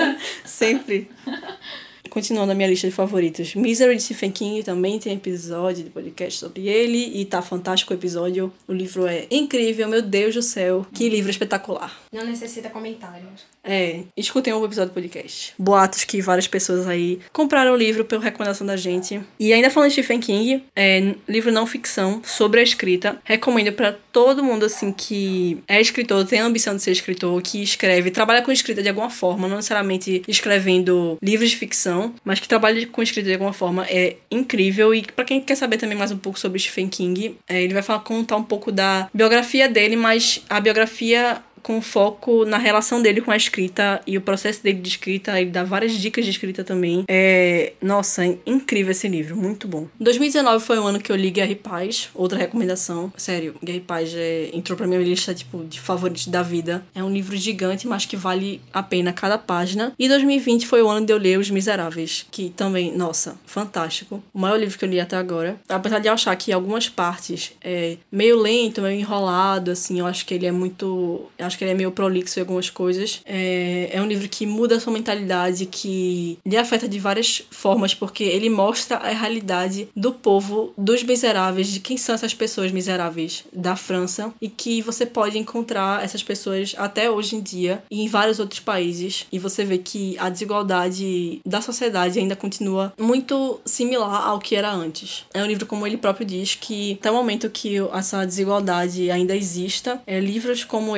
Sempre. Continuando a minha lista de favoritos. Misery, de Stephen King, também tem episódio de podcast sobre ele. E tá fantástico o episódio. O livro é incrível, meu Deus do céu. Que livro espetacular. Não necessita comentários. Escutem um episódio do podcast. Boatos que várias pessoas aí compraram o livro pela recomendação da gente. E ainda falando de Stephen King, livro não ficção sobre a escrita. Recomendo pra todo mundo, assim, que é escritor, tem a ambição de ser escritor, que escreve, trabalha com escrita de alguma forma, não necessariamente escrevendo livros de ficção, mas que trabalha com escrita de alguma forma. É incrível. E pra quem quer saber também mais um pouco sobre Stephen King, ele vai contar um pouco da biografia dele, mas a biografia com foco na relação dele com a escrita e o processo dele de escrita. Ele dá várias dicas de escrita também. Nossa, é incrível esse livro, muito bom. 2019 foi o ano que eu li Guerra e Paz, outra recomendação. Sério, Guerra e Paz entrou pra minha lista de favoritos da vida. É um livro gigante, mas que vale a pena cada página. E 2020 foi o ano de eu ler Os Miseráveis, que também, nossa, fantástico. O maior livro que eu li até agora. Apesar de eu achar que algumas partes é meio lento, meio enrolado, assim, eu acho que ele é meio prolixo em algumas coisas. É um livro que muda a sua mentalidade, que lhe afeta de várias formas, porque ele mostra a realidade do povo, dos miseráveis, de quem são essas pessoas miseráveis da França, e que você pode encontrar essas pessoas até hoje em dia e em vários outros países. E você vê que a desigualdade da sociedade ainda continua muito similar ao que era antes. É um livro, como ele próprio diz, que até o momento que essa desigualdade ainda exista, livros como esse ainda serão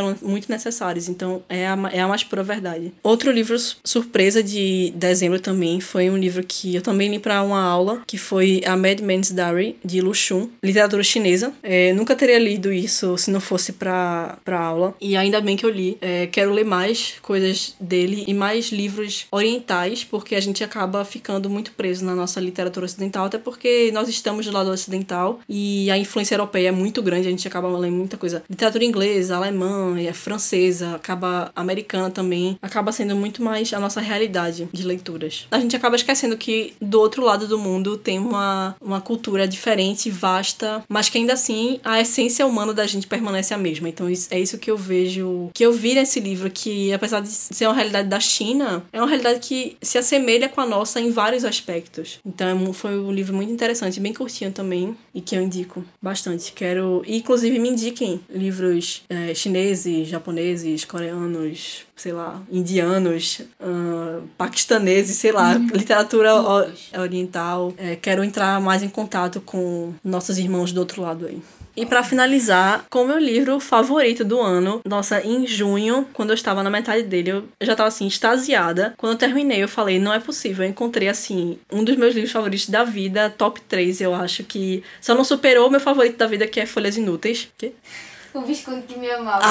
eram muito necessários. Então, é a mais pura verdade. Outro livro surpresa de dezembro também foi um livro que eu também li para uma aula, que foi A Madman's Diary, de Lu Xun, literatura chinesa. Nunca teria lido isso se não fosse pra aula. E ainda bem que eu li. Quero ler mais coisas dele e mais livros orientais, porque a gente acaba ficando muito preso na nossa literatura ocidental, até porque nós estamos do lado ocidental e a influência europeia é muito grande, a gente acaba lendo muita coisa. Literatura inglesa, alemã, francesa, acaba americana também, acaba sendo muito mais a nossa realidade de leituras. A gente acaba esquecendo que do outro lado do mundo tem uma cultura diferente, vasta, mas que ainda assim a essência humana da gente permanece a mesma. Então é isso que eu vejo, que eu vi nesse livro, que apesar de ser uma realidade da China, é uma realidade que se assemelha com a nossa em vários aspectos. Então foi um livro muito interessante, bem curtinho também, e que eu indico bastante. E inclusive me indiquem livros chineses, japoneses, coreanos, sei lá, indianos, paquistaneses, sei lá, literatura oriental. Quero entrar mais em contato com nossos irmãos do outro lado aí. E pra finalizar, com o meu livro favorito do ano, nossa, em junho, quando eu estava na metade dele, eu já tava assim, extasiada. Quando eu terminei, eu falei, não é possível, eu encontrei assim, um dos meus livros favoritos da vida, top 3, eu acho que só não superou o meu favorito da vida, que é Folhas Inúteis. Que? O Biscoito que Me Amava.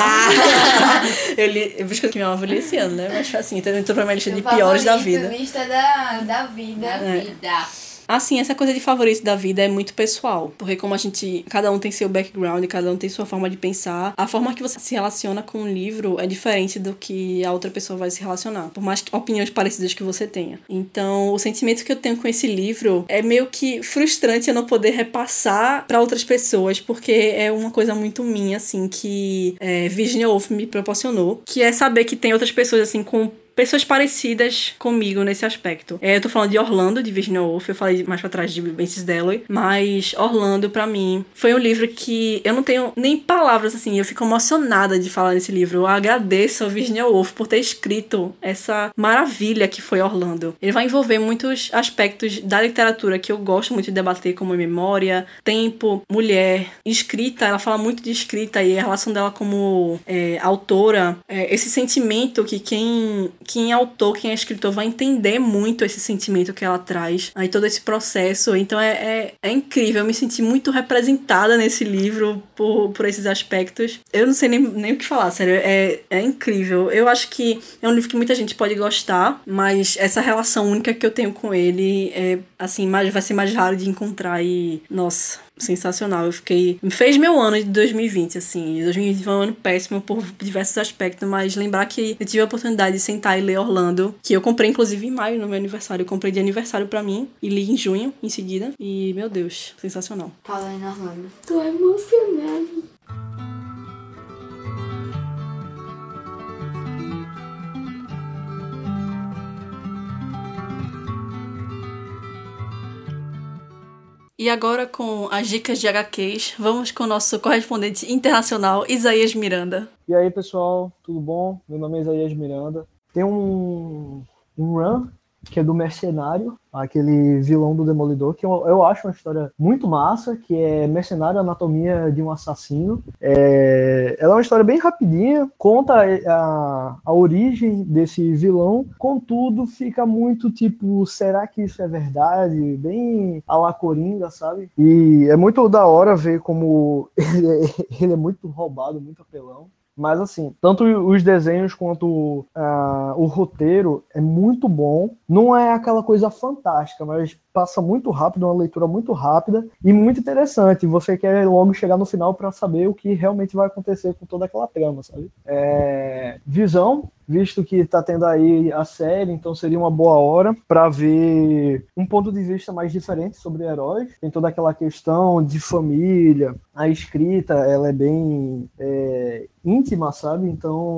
O Biscoito que Me Amava eu li esse ano, né? Mas assim, então entrou pra minha lista de piores da vida. Lista da vida. Assim, essa coisa de favorito da vida é muito pessoal, porque como cada um tem seu background, cada um tem sua forma de pensar, a forma que você se relaciona com um livro é diferente do que a outra pessoa vai se relacionar, por mais opiniões parecidas que você tenha. Então, o sentimento que eu tenho com esse livro é meio que frustrante eu não poder repassar para outras pessoas, porque é uma coisa muito minha, assim, que Virginia Woolf me proporcionou, que é saber que tem outras pessoas, assim, com pessoas parecidas comigo nesse aspecto. Eu tô falando de Orlando, de Virginia Woolf, eu falei mais pra trás de Mrs. Dalloway, mas Orlando, pra mim, foi um livro que eu não tenho nem palavras, assim, eu fico emocionada de falar nesse livro. Eu agradeço a Virginia Woolf por ter escrito essa maravilha que foi Orlando. Ele vai envolver muitos aspectos da literatura que eu gosto muito de debater, como memória, tempo, mulher, escrita. Ela fala muito de escrita e a relação dela como autora, esse sentimento que quem é autor, quem é escritor vai entender muito esse sentimento que ela traz, aí todo esse processo. Então é incrível, eu me senti muito representada nesse livro por esses aspectos. Eu não sei nem o que falar, sério, é incrível. Eu acho que é um livro que muita gente pode gostar, mas essa relação única que eu tenho com ele assim, vai ser mais raro de encontrar e, nossa, sensacional. Me fez meu ano de 2020, assim. 2020 foi um ano péssimo por diversos aspectos, mas lembrar que eu tive a oportunidade de sentar e ler Orlando, que eu comprei, inclusive, em maio, no meu aniversário. Eu comprei de aniversário pra mim e li em junho, em seguida. E, meu Deus, sensacional. Fala em Orlando. Tô emocionada. E agora, com as dicas de HQs, vamos com o nosso correspondente internacional, Isaías Miranda. E aí, pessoal, tudo bom? Meu nome é Isaías Miranda. Tem um run que é do Mercenário, aquele vilão do Demolidor, que eu acho uma história muito massa, que é Mercenário, Anatomia de um Assassino. Ela é uma história bem rapidinha, conta a origem desse vilão, contudo fica muito tipo, será que isso é verdade? Bem a la Coringa, sabe? E é muito da hora ver como ele é muito roubado, muito apelão. Mas assim, tanto os desenhos quanto o roteiro é muito bom. Não é aquela coisa fantástica, mas passa muito rápido, uma leitura muito rápida e muito interessante. Você quer logo chegar no final para saber o que realmente vai acontecer com toda aquela trama, sabe? Visão, visto que tá tendo aí a série, então seria uma boa hora para ver um ponto de vista mais diferente sobre heróis. Tem toda aquela questão de família, a escrita, ela é bem íntima, sabe? Então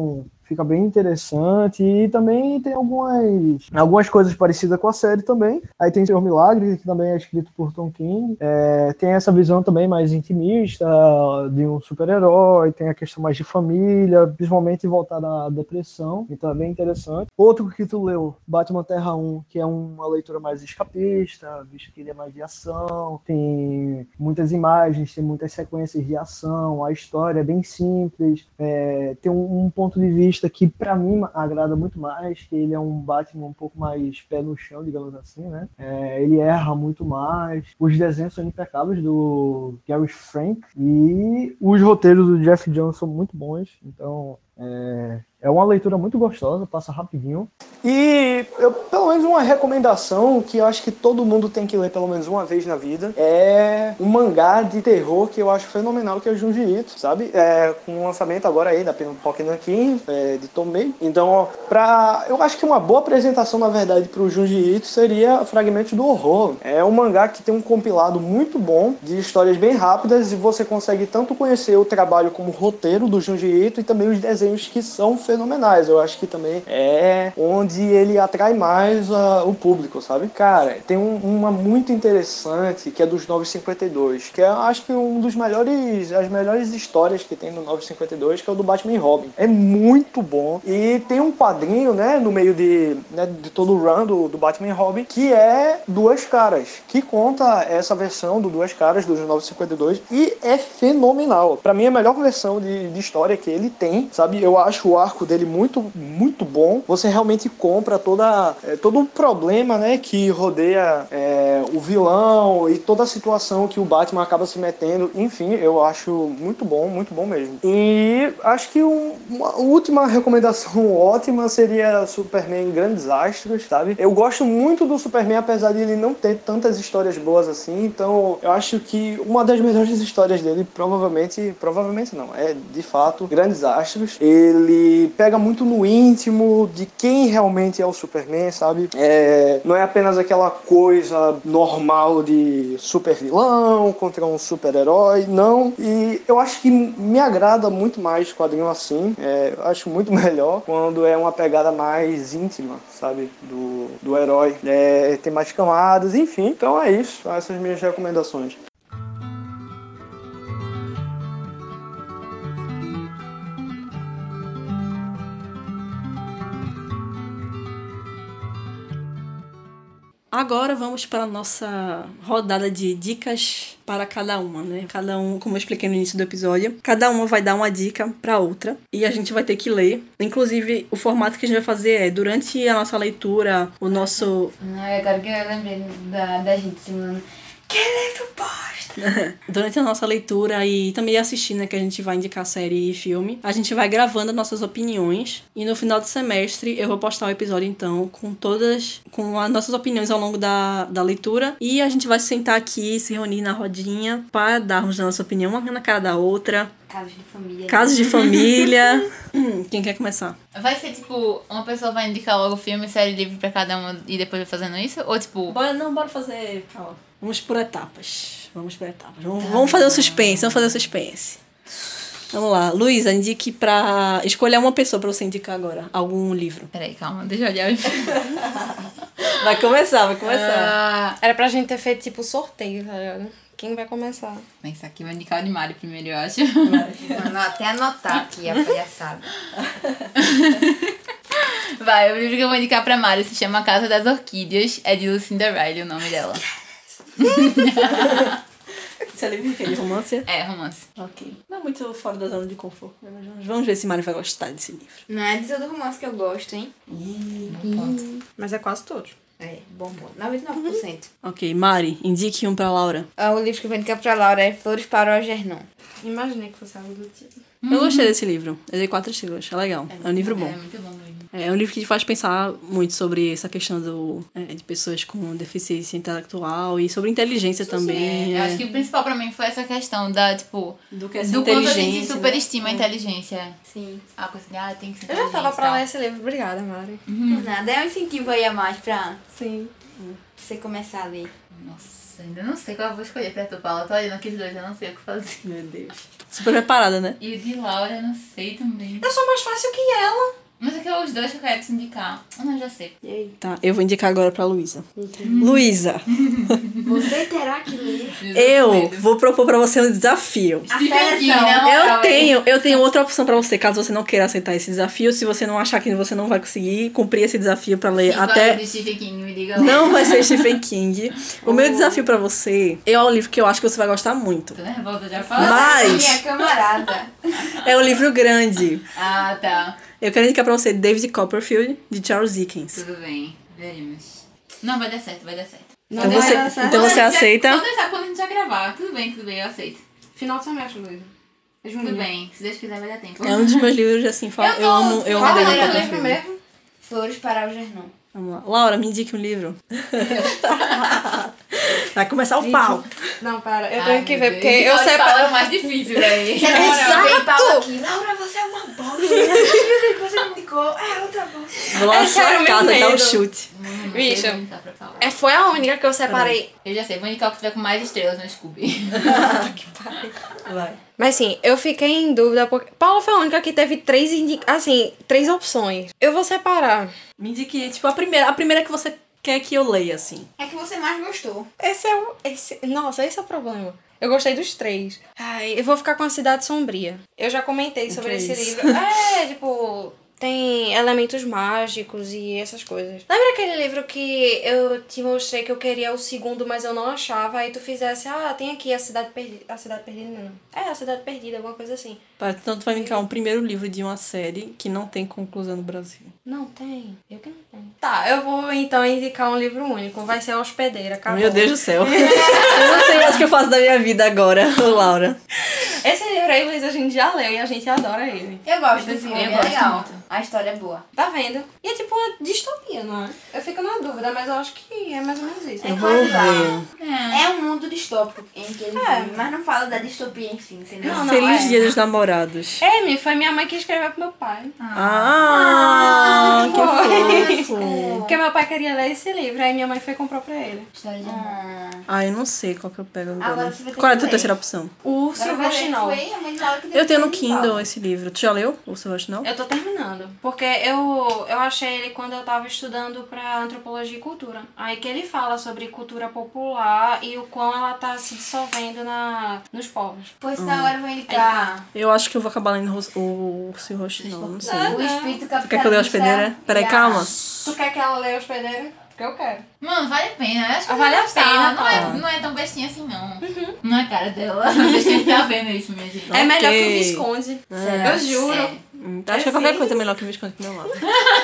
Fica bem interessante e também tem algumas coisas parecidas com a série também. Aí tem o Senhor Milagre, que também é escrito por Tom King. Tem essa visão também mais intimista de um super-herói, tem a questão mais de família, principalmente voltada à depressão, então é bem interessante. Outro que tu leu, Batman Terra 1, que é uma leitura mais escapista, visto que ele é mais de ação, tem muitas imagens, tem muitas sequências de ação, a história é bem simples, tem um ponto de vista que pra mim agrada muito mais, que ele é um Batman um pouco mais pé no chão, digamos assim, né? Ele erra muito mais, os desenhos são impecáveis do Gary Frank e os roteiros do Jeff Jones são muito bons, então é uma leitura muito gostosa, passa rapidinho. E pelo menos uma recomendação que eu acho que todo mundo tem que ler pelo menos uma vez na vida é um mangá de terror que eu acho fenomenal, que é o Junji Ito, sabe? Com o lançamento agora aí da Pocket Nankin, de Tomei. Então, eu acho que uma boa apresentação, na verdade, pro Junji Ito seria Fragmentos do Horror. É um mangá que tem um compilado muito bom de histórias bem rápidas e você consegue tanto conhecer o trabalho como roteiro do Junji Ito e também os desenhos que são fenomenais. Eu acho que também é onde ele atrai mais o público, sabe? Cara, tem uma muito interessante que é dos 952, que é, acho que as melhores histórias que tem no 952, que é o do Batman e Robin. É muito bom. E tem um quadrinho, né, no meio de todo o run do Batman e Robin, que é Duas Caras, que conta essa versão do Duas Caras dos 952 e é fenomenal. Pra mim é a melhor versão de história que ele tem, sabe? Eu acho o arco dele muito, muito bom. Você realmente compra todo o problema, né, que rodeia o vilão e toda a situação que o Batman acaba se metendo. Enfim, eu acho muito bom mesmo. E acho que uma última recomendação ótima seria Superman Grandes Astros, sabe? Eu gosto muito do Superman, apesar de ele não ter tantas histórias boas assim, então eu acho que uma das melhores histórias dele, provavelmente não, é de fato Grandes Astros. Ele pega muito no íntimo de quem realmente é o Superman, sabe? Não é apenas aquela coisa normal de super vilão contra um super-herói, não. E eu acho que me agrada muito mais quadrinho assim. Eu acho muito melhor quando é uma pegada mais íntima, sabe? Do herói. Tem mais camadas, enfim. Então é isso. São essas minhas recomendações. Agora vamos para a nossa rodada de dicas para cada uma, né? Cada um, como eu expliquei no início do episódio, cada uma vai dar uma dica para outra e a gente vai ter que ler. Inclusive, o formato que a gente vai fazer é, durante a nossa leitura, o nosso... Agora que eu lembrei da gente simulando. Que livro bosta! Durante a nossa leitura e também assistir, né, que a gente vai indicar série e filme, a gente vai gravando nossas opiniões e no final do semestre eu vou postar o episódio então com as nossas opiniões ao longo da leitura e a gente vai sentar aqui, se reunir na rodinha para darmos a nossa opinião uma na cara da outra. Casos de família. Quem quer começar? Vai ser tipo, uma pessoa vai indicar logo filme, série, livro pra cada uma e depois vai fazendo isso? Ou tipo... Bora fazer... Calma. Vamos por etapas. Vamos fazer o suspense, Vamos lá. Luísa, indique pra... Escolher uma pessoa pra você indicar agora. Algum livro. Peraí, calma, deixa eu olhar. Vai começar. Era pra gente ter feito tipo sorteio, tá ligado? Quem vai começar? Esse aqui vai indicar o de Mari primeiro, eu acho. Mano, até anotar aqui a palhaçada. Vai, o livro que eu vou indicar pra Mari se chama Casa das Orquídeas. É de Lucinda Riley o nome dela. Esse é livro de romance? É, romance. Ok. Não é muito fora da zona de conforto. Vamos ver se Mari vai gostar desse livro. Não é de todo romance que eu gosto, hein? Mas é quase todos. Bom. 99%. Ok, Mari, indique um pra Laura. O livro que eu vou indicar pra Laura é Flores para o Algernon. Imaginei que fosse algo do tipo. Eu gostei desse livro. Eu dei 4 estrelas. É legal. É um livro bom. É muito bom mesmo. É um livro que te faz pensar muito sobre essa questão de pessoas com deficiência intelectual e sobre inteligência também. Eu acho que o principal pra mim foi essa questão da, tipo... Do que é do quanto a gente inteligência, superestima a inteligência. Sim. A coisa de, tem que ser Eu já tava pra tal. ler esse livro. Obrigada, Mari. Por nada. É um incentivo aí a mais pra Sim. você começar a ler. Nossa, ainda não sei qual eu vou escolher pra tu, Paula. Eu tô olhando aqueles dois, eu não sei o que fazer. Meu Deus. Super preparada, né? E o de Laura, não sei também. Eu sou mais fácil que ela. Mas é que os dois que eu quero te indicar. Ah, não, já sei. Tá, eu vou indicar agora pra Luísa. Luísa, Você terá que ler. eu vou propor pra você um desafio. Stephen King, Eu tenho outra opção pra você, caso você não queira aceitar esse desafio. Se você não achar que você não vai conseguir cumprir esse desafio pra ler até... de Stephen King, me diga lá. Não vai ser Stephen King. O meu desafio pra você é um livro que eu acho que você vai gostar muito. Tô nervosa, já falei. Mas Minha camarada. é um livro grande. Ah, tá. Eu quero indicar pra você David Copperfield, de Charles Dickens. Tudo bem, veremos. Não, vai dar certo, vai dar certo. Então você aceita? Só deixar quando a gente já gravar. Tudo bem, eu aceito. Final de semestre, Luísa. Tudo bem, se Deus quiser vai dar tempo. É um dos meus livros, assim, eu amo Qual David era o livro Copperfield. mesmo? Flores para o Gernon. Vamos lá. Laura, me indique um livro. Vai começar o pau. Não, para. Eu Ai, tenho que meu ver, Deus. porque eu Então, sei... Paula é o mais difícil, velho. Exato! Aqui. Laura, você é uma bosta. Que você me indicou. É outra bosta. Vou lá na sério, sua meu casa dar um medo. chute. Bicho. Eu vou indicar pra Paula. Foi a única que eu separei. Eu já sei, vou indicar o que tiver com mais estrelas no Scooby. Vai. Mas assim, eu fiquei em dúvida porque Paula foi a única que teve três opções. Eu vou separar. Me indique, tipo, a primeira que você quer que eu leia, assim. É que você mais gostou. Nossa, esse é o problema. Eu gostei dos três. Ai, eu vou ficar com A Cidade Sombria. Eu já comentei sobre que é esse isso? livro. Tipo, tem elementos mágicos e essas coisas. Lembra aquele livro que eu te mostrei que eu queria o segundo, mas eu não achava? Aí tu fizesse, tem aqui A Cidade Perdida. A Cidade Perdida não. A Cidade Perdida, alguma coisa assim. Tá, então tu vai me indicar um primeiro livro de uma série que não tem conclusão no Brasil. Não tem. Eu que não tenho. Tá, eu vou então indicar um livro único. Vai ser A Hospedeira, acabou. Meu Deus do céu. Eu não sei mais o que eu faço da minha vida agora, Laura. Esse livro aí, Luiz, a gente já leu e a gente adora ele. Eu gosto desse livro, Eu é gosto legal. muito. A história é boa. Tá vendo? E é tipo uma distopia, não é? Eu fico na dúvida, mas eu acho que é mais ou menos isso. Eu vou ver. É um mundo distópico em que ele vive, mas não fala da distopia em si, entendeu? Não, Feliz Dia dos Namorados. Foi minha mãe que escreveu pro meu pai. Que fofo. Porque meu pai queria ler esse livro, aí minha mãe foi e comprou pra ele. História de amor. Ah, eu não sei qual que eu pego agora. Agora você vai ter Qual é a que tua ler. terceira opção? O Urso e o Agora vai ler, Roxinol. foi a mãe de Laura que deu Eu tenho no pra Kindle esse livro. Tu já leu o Seu Roxinol? Eu tô terminando. Porque eu achei ele quando eu tava estudando pra antropologia e cultura. Aí que ele fala sobre cultura popular e o quão ela tá se dissolvendo nos povos. Pois então agora eu vou indicar Eu acho que eu vou acabar lendo o Seu Roxinol, não sei. o Espírito Capitalista. Tu quer que eu leia a hospedeira? Peraí, e a- calma. Tu quer que ela leia a hospedeira? Porque eu quero. Mano, vale a pena. Eu acho que Vale vai a gostar. pena, Não Paula. não é tão bestinha assim, não. Não é a cara dela. Vocês têm que estar vendo isso, minha gente. É melhor que o Ok. Visconde. Será? Eu juro. Acho que qualquer coisa é melhor que o Visconde pro meu lado.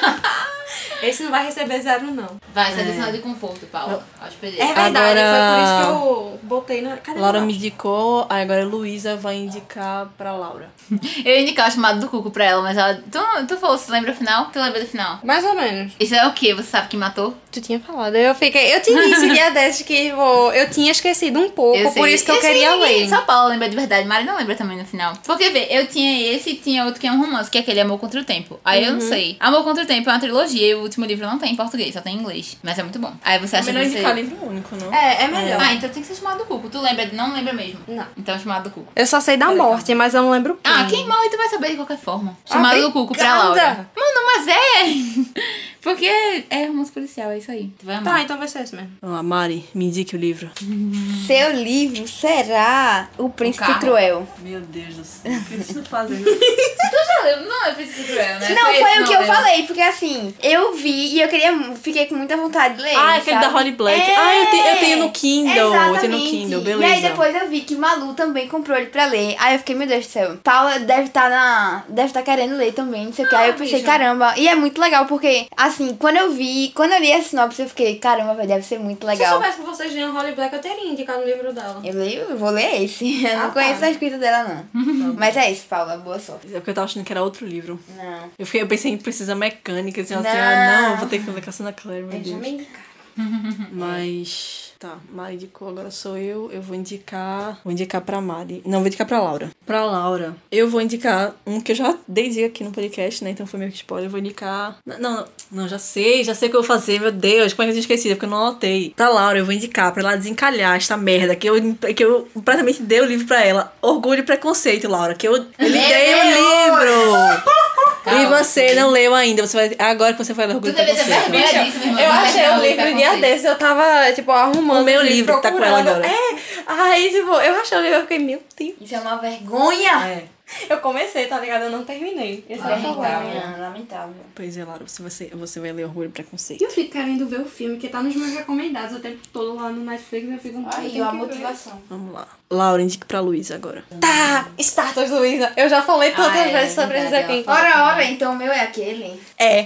Esse não vai receber 0, não. Vai, essa é zona de conforto, Paula. Hospedeira. É verdade, Agora- foi por isso que eu botei na... Cadê Laura o me indicou, aí agora a Luísa vai indicar pra Laura. Eu ia indicar o chamado do Cuco pra ela, mas ela... Tu falou, você lembra o final? Tu lembra do final? Mais ou menos. Isso é o quê? Você sabe que matou? Tu tinha falado. Eu te disse um dia desses que eu tinha esquecido um pouco, Eu sei. por isso que eu Esse queria aí, ler. Só a Paula lembra de verdade, Mari não lembra também no final. Porque, vê, eu tinha esse e tinha outro que é um romance, que é aquele Amor Contra o Tempo. Aí eu não sei. Amor Contra o Tempo é uma trilogia e o último livro não tem em português, só tem em inglês. Mas é muito bom. Aí você acha Melhor que você... indicar livro único, não? É melhor. Ah, então tem que ser chamado do Cuco. Tu lembra? Não lembra mesmo? Não. Então chamado do Cuco. Eu só sei da morte, mas eu não lembro quem. Ah, quem morre tu vai saber de qualquer forma. Chamado do Cuco pra obrigada. Laura. Mano, mas é... Porque é romance policial, é isso aí. Tu vai amar. Tá, então vai ser esse mesmo. Vamos lá, Mari, me indique o livro. Seu livro será O Príncipe Carro. Cruel. Meu Deus do céu, o que você fazendo? Tu já leu? Não é Príncipe Cruel, né? Não, foi esse o que eu nome. falei, porque assim, eu vi e eu fiquei com muita vontade de ler. Ah, aquele sabe? da Holly Black. É, Ah, eu tenho no Kindle. Eu tenho no exatamente. Kindle, E beleza. aí depois eu vi que Malu também comprou ele pra ler. Aí eu fiquei, meu Deus do céu, Paula deve estar querendo ler também, não sei o que. Aí eu pensei, bicho. caramba. E é muito legal, porque, assim, quando eu li a sinopse, eu fiquei, caramba, velho, deve ser muito Se eu legal. soubesse que vocês liam Holly Black, eu teria indicado o livro dela. Eu vou ler esse. Eu não tá. conheço a escrita dela, não. Mas é isso, Paula, boa sorte. É porque eu tava achando que era outro livro. Não. Eu pensei em Precisa Mecânica, assim, Não. não, eu vou ter que ler Cassandra Clare, meu Eu já Deus. me indicaram. Mas... Tá, Mari indicou, agora sou eu. Eu vou indicar pra Mari. Não, vou indicar pra Laura. Pra Laura, eu vou indicar um que eu já dei dica aqui no podcast, né? Então foi meio que spoiler. Eu vou indicar... Não, já sei o que eu vou fazer. Meu Deus, como é que eu tinha esquecido? Porque eu não anotei. Pra Laura, eu vou indicar pra ela desencalhar esta merda que eu praticamente dei o livro pra ela. Orgulho e Preconceito, Laura. Que eu lhe dei o livro. Calma, E você não leu ainda. Você vai, agora que você vai ler Orgulho e Tu deve ter Preconceito. vergonha disso, meu irmão. Eu achei o Não, livro tá um dia conceito. desses, eu tava, tipo, arrumando O meu livro que tá com ela procurando. agora. Aí, tipo, eu achei o livro, eu fiquei, meu Deus. Isso é uma vergonha. É. Eu comecei, tá ligado? Eu não terminei. Esse é o problema. Lamentável. Pois é, Laura, você vai ler Orgulho e Preconceito. E eu fico querendo ver o filme, que tá nos meus recomendados o tempo todo lá no Netflix. Eu fico Aí, a motivação. Vamos lá. Laura, indique pra Luísa agora. Tá, Status, Luísa. Eu já falei tantas vezes sobre isso aqui. Ora, então o meu é aquele. É.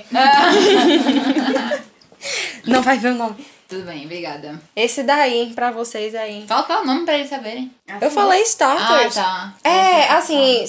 Não vai ver o nome. Tudo bem, obrigada. Esse daí, pra vocês aí. Fala qual é o nome pra eles saberem. Eu falei Starters. Ah, tá. É, assim,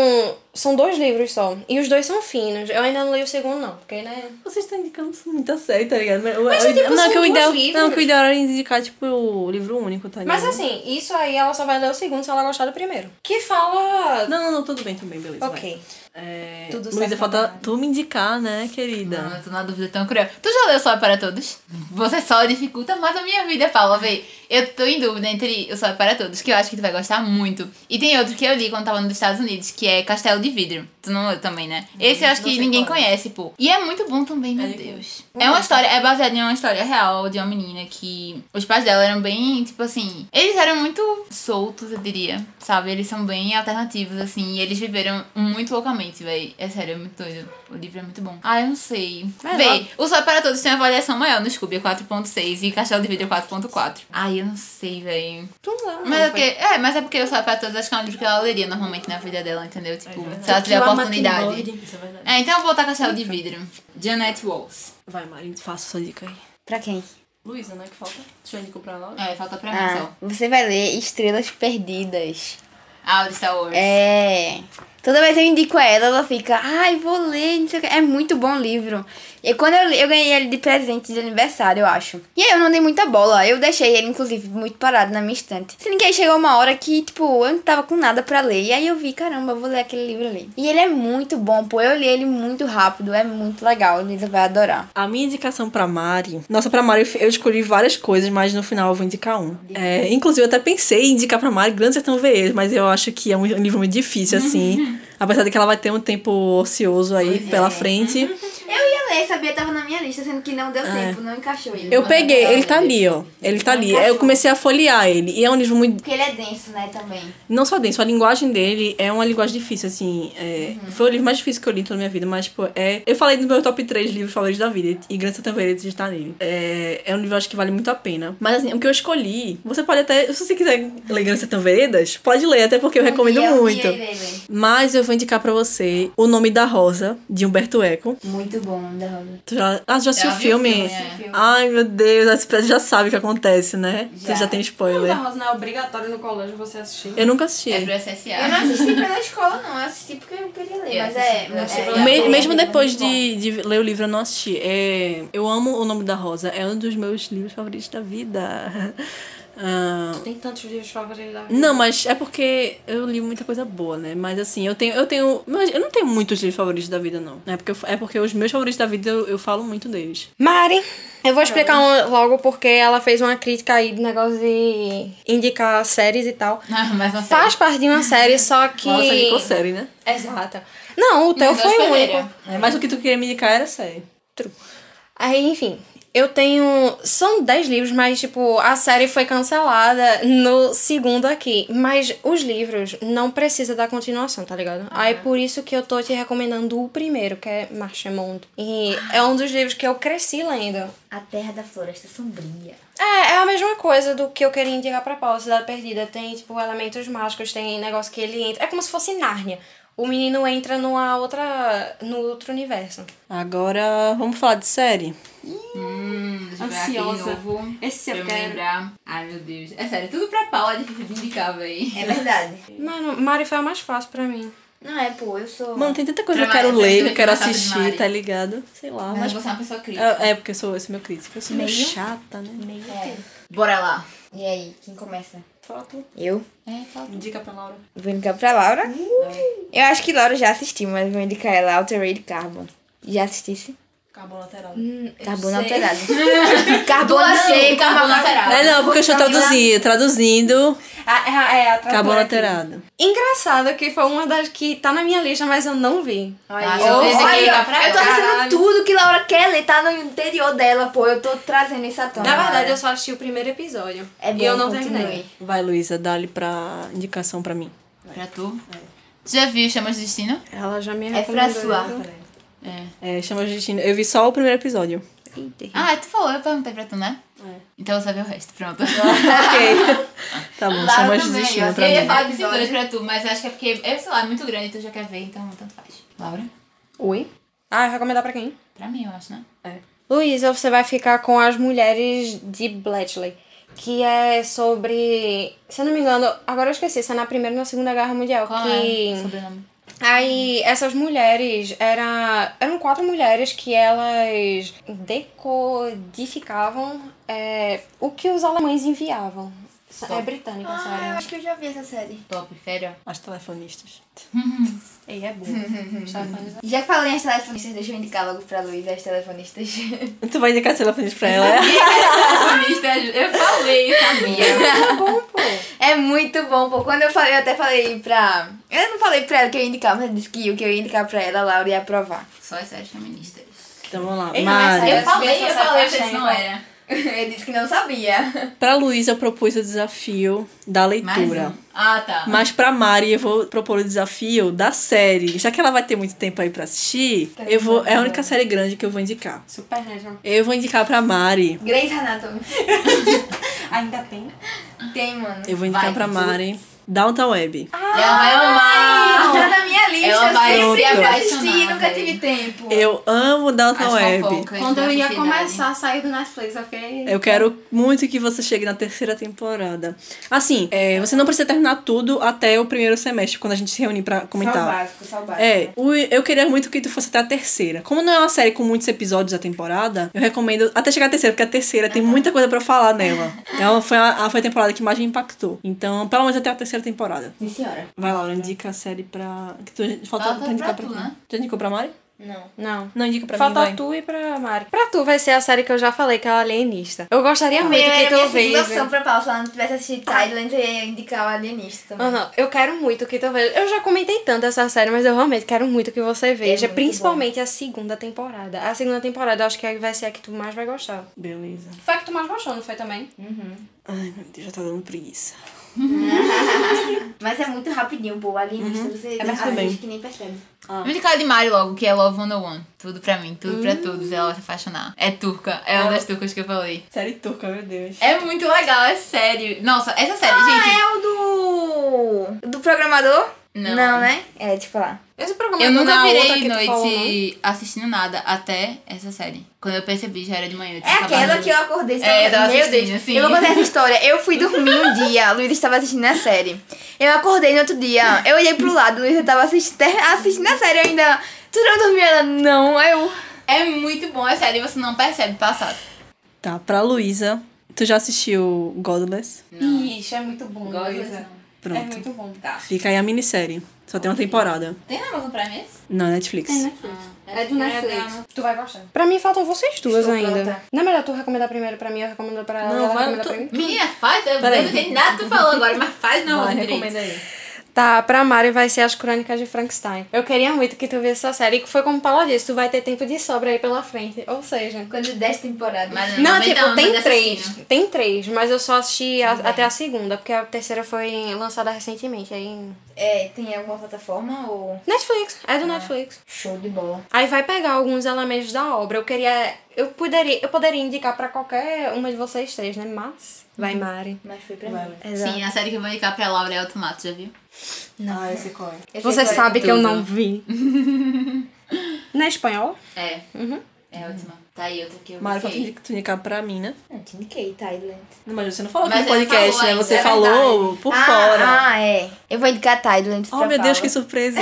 são 2 livros só. E os 2 são finos. Eu ainda não li o segundo, não. Porque, né? Vocês estão indicando muita série, tá ligado? Mas, tipo, não, são que o duas ideal, livros. não, que o ideal era indicar, tipo, o livro único, tá ligado? Mas assim, isso aí ela só vai ler o segundo se ela gostar do primeiro. Que fala. Não, tudo bem, beleza. Ok. É, Tudo Luísa, certo, falta verdade. tu me indicar, né, querida? Não, eu tô na dúvida tão cruel. Tu já leu Sol é para Todos? Você só dificulta mais a minha vida, Paula, véi. Eu tô em dúvida entre o Sol é para Todos, que eu acho que tu vai gostar muito. E tem outro que eu li quando tava nos Estados Unidos, que é Castelo de Vidro. Tu não leu também, né? Esse eu acho que não sei ninguém qual é. conhece, pô. E é muito bom também, meu de Deus. É uma história, é baseada em uma história real de uma menina que os pais dela eram bem, tipo assim, eles eram muito soltos, eu diria, sabe? Eles são bem alternativos, assim, e eles viveram muito loucamente, véi. É sério, é muito doido. O livro é muito bom. Ah, eu não sei. Véi, o Sol é para Todos tem uma avaliação maior no Scooby, é 4.6 e Castelo de Vidro é 4.4. Ai, eu não sei, véi. Mas é porque o Sol é para Todos acho que é um livro que ela leria normalmente na vida dela, entendeu? Tipo, se ela tiver a oportunidade. Isso é verdade. É, então eu vou botar Castelo de Vidro. Janet Walls. Vai, Mari, faça sua dica aí. Pra quem? Luísa, né, que falta? Deixa eu indicar pra Laura. É, falta pra mim Ah, só. você vai ler Estrelas Perdidas. Ah, o de Star Wars. É. Toda vez eu indico ela fica, ai, vou ler, não sei o que. É muito bom o livro. E quando eu li, eu ganhei ele de presente de aniversário, eu acho. E aí eu não dei muita bola. Eu deixei ele, inclusive, muito parado na minha estante. Sendo que aí chegou uma hora que, tipo, eu não tava com nada pra ler. E aí eu vi, caramba, eu vou ler aquele livro ali. E ele é muito bom, pô. Eu li ele muito rápido, é muito legal. A Luísa vai adorar. A minha indicação pra Mari... Nossa, pra Mari eu escolhi várias coisas, mas no final eu vou indicar um. Inclusive, eu até pensei em indicar pra Mari Grande Sertão Veredas, mas eu acho que é um livro muito difícil, assim. Apesar de que ela vai ter um tempo ocioso aí pela frente. Eu ia ler, sabia? Tava na minha lista, sendo que não deu tempo, não encaixou ele. Eu peguei, ele tá ali, ó. Ele tá ali. Aí eu comecei a folhear ele. E é um livro muito... Porque ele é denso, né, também. Não só denso, a linguagem dele é uma linguagem difícil, assim. Foi o livro mais difícil que eu li em toda a minha vida, mas, tipo, eu falei do meu top 3 livros favoritos da vida, e Grande Sertão Veredas está nele. É um livro, acho que vale muito a pena. Mas, assim, o que eu escolhi, você pode até, se você quiser ler Grande Sertão Veredas, pode ler, até porque eu recomendo muito. Mas eu vou indicar pra você O Nome da Rosa, de Humberto Eco. Muito bom, da Rosa. Tu já assistiu o Ela viu o filme? filme, Ai, meu Deus, você já sabe o que acontece, né? Você já tem spoiler. Rosa não é obrigatório no colégio você assistir. Eu nunca assisti. É pro SSA. Eu não assisti pela escola, não. Eu assisti porque eu queria ler. Eu Mas assisti pela Mesmo depois de ler o livro, eu não assisti. Eu amo O Nome da Rosa. É um dos meus livros favoritos da vida. Tem tantos livros favoritos da vida. Não, mas é porque eu li muita coisa boa, né? Mas assim, mas eu não tenho muitos livros favoritos da vida, não. É porque os meus favoritos da vida eu falo muito deles. Mari, eu vou explicar logo porque ela fez uma crítica aí do negócio de indicar séries e tal. Ah, mas não sei. Faz parte de uma série, só que... Nossa, indicou série, né? Exato. Não, o teu Mas foi eu o escolheria. único. Mas o que tu queria me indicar era série. Aí, enfim, eu tenho... São 10 livros, mas, tipo, a série foi cancelada no segundo aqui. Mas os livros não precisam da continuação, tá ligado? Aí, por isso que eu tô te recomendando o primeiro, que é Marchemont. E é um dos livros que eu cresci lendo. A Terra da Floresta Sombria. É a mesma coisa do que eu queria indicar pra Paula, Cidade Perdida. Tem, tipo, elementos mágicos, tem negócio que ele entra... É como se fosse Nárnia. O menino entra no outro universo. Agora, vamos falar de série? Deixa eu ver aqui de Ansiosa. novo. Esse Pra eu eu me quero. lembrar. Ai, meu Deus. É sério, tudo pra Paula é difícil de indicar, véi. É verdade. Mano, Mari foi a mais fácil pra mim. Não é, pô, eu sou... Mano, tem tanta coisa que eu Pra quero Mari, ler, que você eu quero na casa de assistir, Mari. tá ligado? Sei lá, Mas mas... você é uma pessoa crítica. Porque eu sou esse meu crítico. Eu sou meio chata, né? Bora lá. E aí, quem começa? Fala tu. Eu? Fala. Indica pra Laura. Vou indicar pra Laura. Eu acho que Laura já assistiu, mas vou indicar ela, Altered Carbon. Já assistisse? Carbono lateral. Carbono alterado. Carbono seco. Carbono lateral. Não, porque eu estou traduzindo A carbono alterado. Engraçado que foi uma das que tá na minha lista, mas eu não vi. Ah, certeza que ia pra eu tô ela. fazendo tudo que Laura quer ler, tá no interior dela, pô. Eu tô trazendo isso à tona. Na verdade, eu só assisti o primeiro episódio. É bom, e eu não continue. terminei. Vai, Luísa, dá-lhe pra indicação pra mim. Pra tu? Tu já viu Chamas do Destino? Ela já me É pra recomendou. sua. Chama de destino. Eu vi só o primeiro episódio. Ah, tu falou, eu perguntei pra tu, né? Então eu sabia o resto, pronto. Ok. Tá bom, Laura chama de também, destino ó. pra Eu ia mim. falar desses dois pra tu, mas acho que é porque, sei lá, é muito grande e tu já quer ver, então tanto faz. Laura? Oi? Ah, recomendar pra quem? Pra mim, eu acho, né? Luísa, você vai ficar com As Mulheres de Bletchley, que é sobre... Se eu não me engano, agora eu esqueci, se é na Primeira e na Segunda Guerra Mundial. Qual que... é o sobrenome? Aí, essas mulheres, eram 4 mulheres que elas decodificavam o que os alemães enviavam. É britânica, Eu sério. acho que eu já vi essa série. Top, sério. As telefonistas. Ei, é boa. Já falei as telefonistas, deixa eu indicar logo pra Luísa as telefonistas. Tu vai indicar as telefonistas pra ela? Eu falei, sabia. É muito bom, pô. Quando eu falei, eu até falei pra... Eu não falei pra ela que eu ia indicar, mas eu disse que o que eu ia indicar pra ela, a Laura ia aprovar. Só as séries feministas. Então vamos lá. Ei, não, Mari. essa- Eu falei, mas não era. Eu disse que não sabia. Pra Luísa eu propus o desafio da Mais leitura. um. Ah, tá. Mas pra Mari eu vou propor o desafio da série. Já que ela vai ter muito tempo aí pra assistir, é a única série grande que eu vou indicar. Supernatural. Eu vou indicar pra Mari. Grey's Anatomy. Ainda tem? Tem, mano. Eu vou indicar Vai, pra Mari Downton Web. Ela vai amar. Tá na minha lista, Ela vai sempre se ia apaixonar, assistir, nunca velho. tive tempo. Eu amo Downton As Web. fofocas Quando da eu ia sociedade. começar a sair do Netflix, eu fiquei... Eu quero muito que você chegue na 3ª temporada. Assim, você não precisa terminar tudo até o primeiro semestre, quando a gente se reunir pra Só o comentar. básico, só o básico. Eu queria muito que tu fosse até a 3ª. Como não é uma série com muitos episódios a temporada, eu recomendo até chegar à 3ª, porque a 3ª tem muita coisa pra falar nela. Ela foi a temporada que mais me impactou. Então, pelo menos até a 3ª temporada. Sim, senhora. Vai, Laura, indica a série pra... Que tu falta Falta pra indicar pra pra tu, quem? né? Já indicou pra Mari? Não. Não. Não, indica pra Falta mim, vai. tu e pra Mari. Pra tu vai ser a série que eu já falei, que é o Alienista. Eu gostaria muito Primeiro que era tu minha segunda veja. opção pra Paula, se ela não tivesse assistido Thailand, eu ia indicar o Alienista também. Não, eu quero muito que tu veja. Eu já comentei tanto essa série, mas eu realmente quero muito que você veja. muito Principalmente a 2ª temporada. A 2ª temporada eu acho que vai ser a que tu mais vai gostar. Beleza. Foi a que tu mais gostou, não foi também? Ai, meu Deus, já tá dando preguiça. Mas é muito rapidinho, pô. O Alienista, você mas foi bem. assiste que nem percebe. Vou indicar a de Mari logo, que é Love 101. Tudo pra mim, tudo pra todos. Ela vai se apaixonar. É turca, é uma das turcas que eu falei. Série turca, meu Deus. É muito legal, é sério. Nossa, essa série, gente. É o do programador? Não. né? É, deixa eu falar. Esse programa Eu nunca não é a outra virei que tu falou, noite assistindo nada até essa série. Quando eu percebi, já era de manhã. eu É tinha aquela acabado. que eu acordei. É, eu tava Meu assistindo, Deus, assim. eu vou contar essa história. Eu fui dormir um dia, a Luísa estava assistindo a série. Eu acordei no outro dia, eu olhei pro lado, a Luísa estava assistindo a série, eu ainda... Tu não dormiu? Ela, não, eu... É muito bom, é sério, e você não percebe passar. Tá, pra Luísa, tu já assistiu Godless? Ixi, é muito bom, Gosto Luísa. dessa. É Pronto. muito bom. Tá. Fica aí a minissérie. Só tem uma temporada. Tem na Amazon Prime esse? Não, Netflix. É do Netflix. Tu vai gostar. Pra mim faltam vocês duas Estou ainda. pronta. Não é melhor tu recomendar primeiro pra mim, eu recomendo pra ela, Não, ela vai, recomenda tu- pra mim? Menina, faz. Eu Peraí. não entendi nada que tu falou agora, mas faz não. Vai, direito. recomenda aí. Tá, pra Mari vai ser As Crônicas de Frankenstein. Eu queria muito que tu visse essa série, que foi como Paula disse, tu vai ter tempo de sobra aí pela frente. Ou seja... Quando 10 temporadas. Mas Não, 90 tipo, anos tem ainda 3. assistindo. Tem 3, mas eu só assisti até a 2ª, porque a 3ª foi lançada recentemente. Aí... É, tem alguma plataforma ou... Netflix, é do Netflix. Show de bola. Aí vai pegar alguns elementos da obra. Eu poderia indicar pra qualquer uma de vocês 3, né? Mas vai Mari. Mas foi pra mim. Exato. Sim, a série que eu vou indicar pra Laura é Automato, já viu? Ah, esse qual é? Eu sei Você qual é. sabe que eu tudo. não vi. Não é espanhol? É. É ótima. Tá aí outra que eu Mário, gostei. falta tu indicar pra mim, né? Eu te indiquei, Thailand. Não, mas você não falou Mas aqui no ele podcast, falou né? ainda, Você é falou verdade. por fora. É. Eu vou indicar Thailand Oh, pra meu Deus, Paula. que surpresa.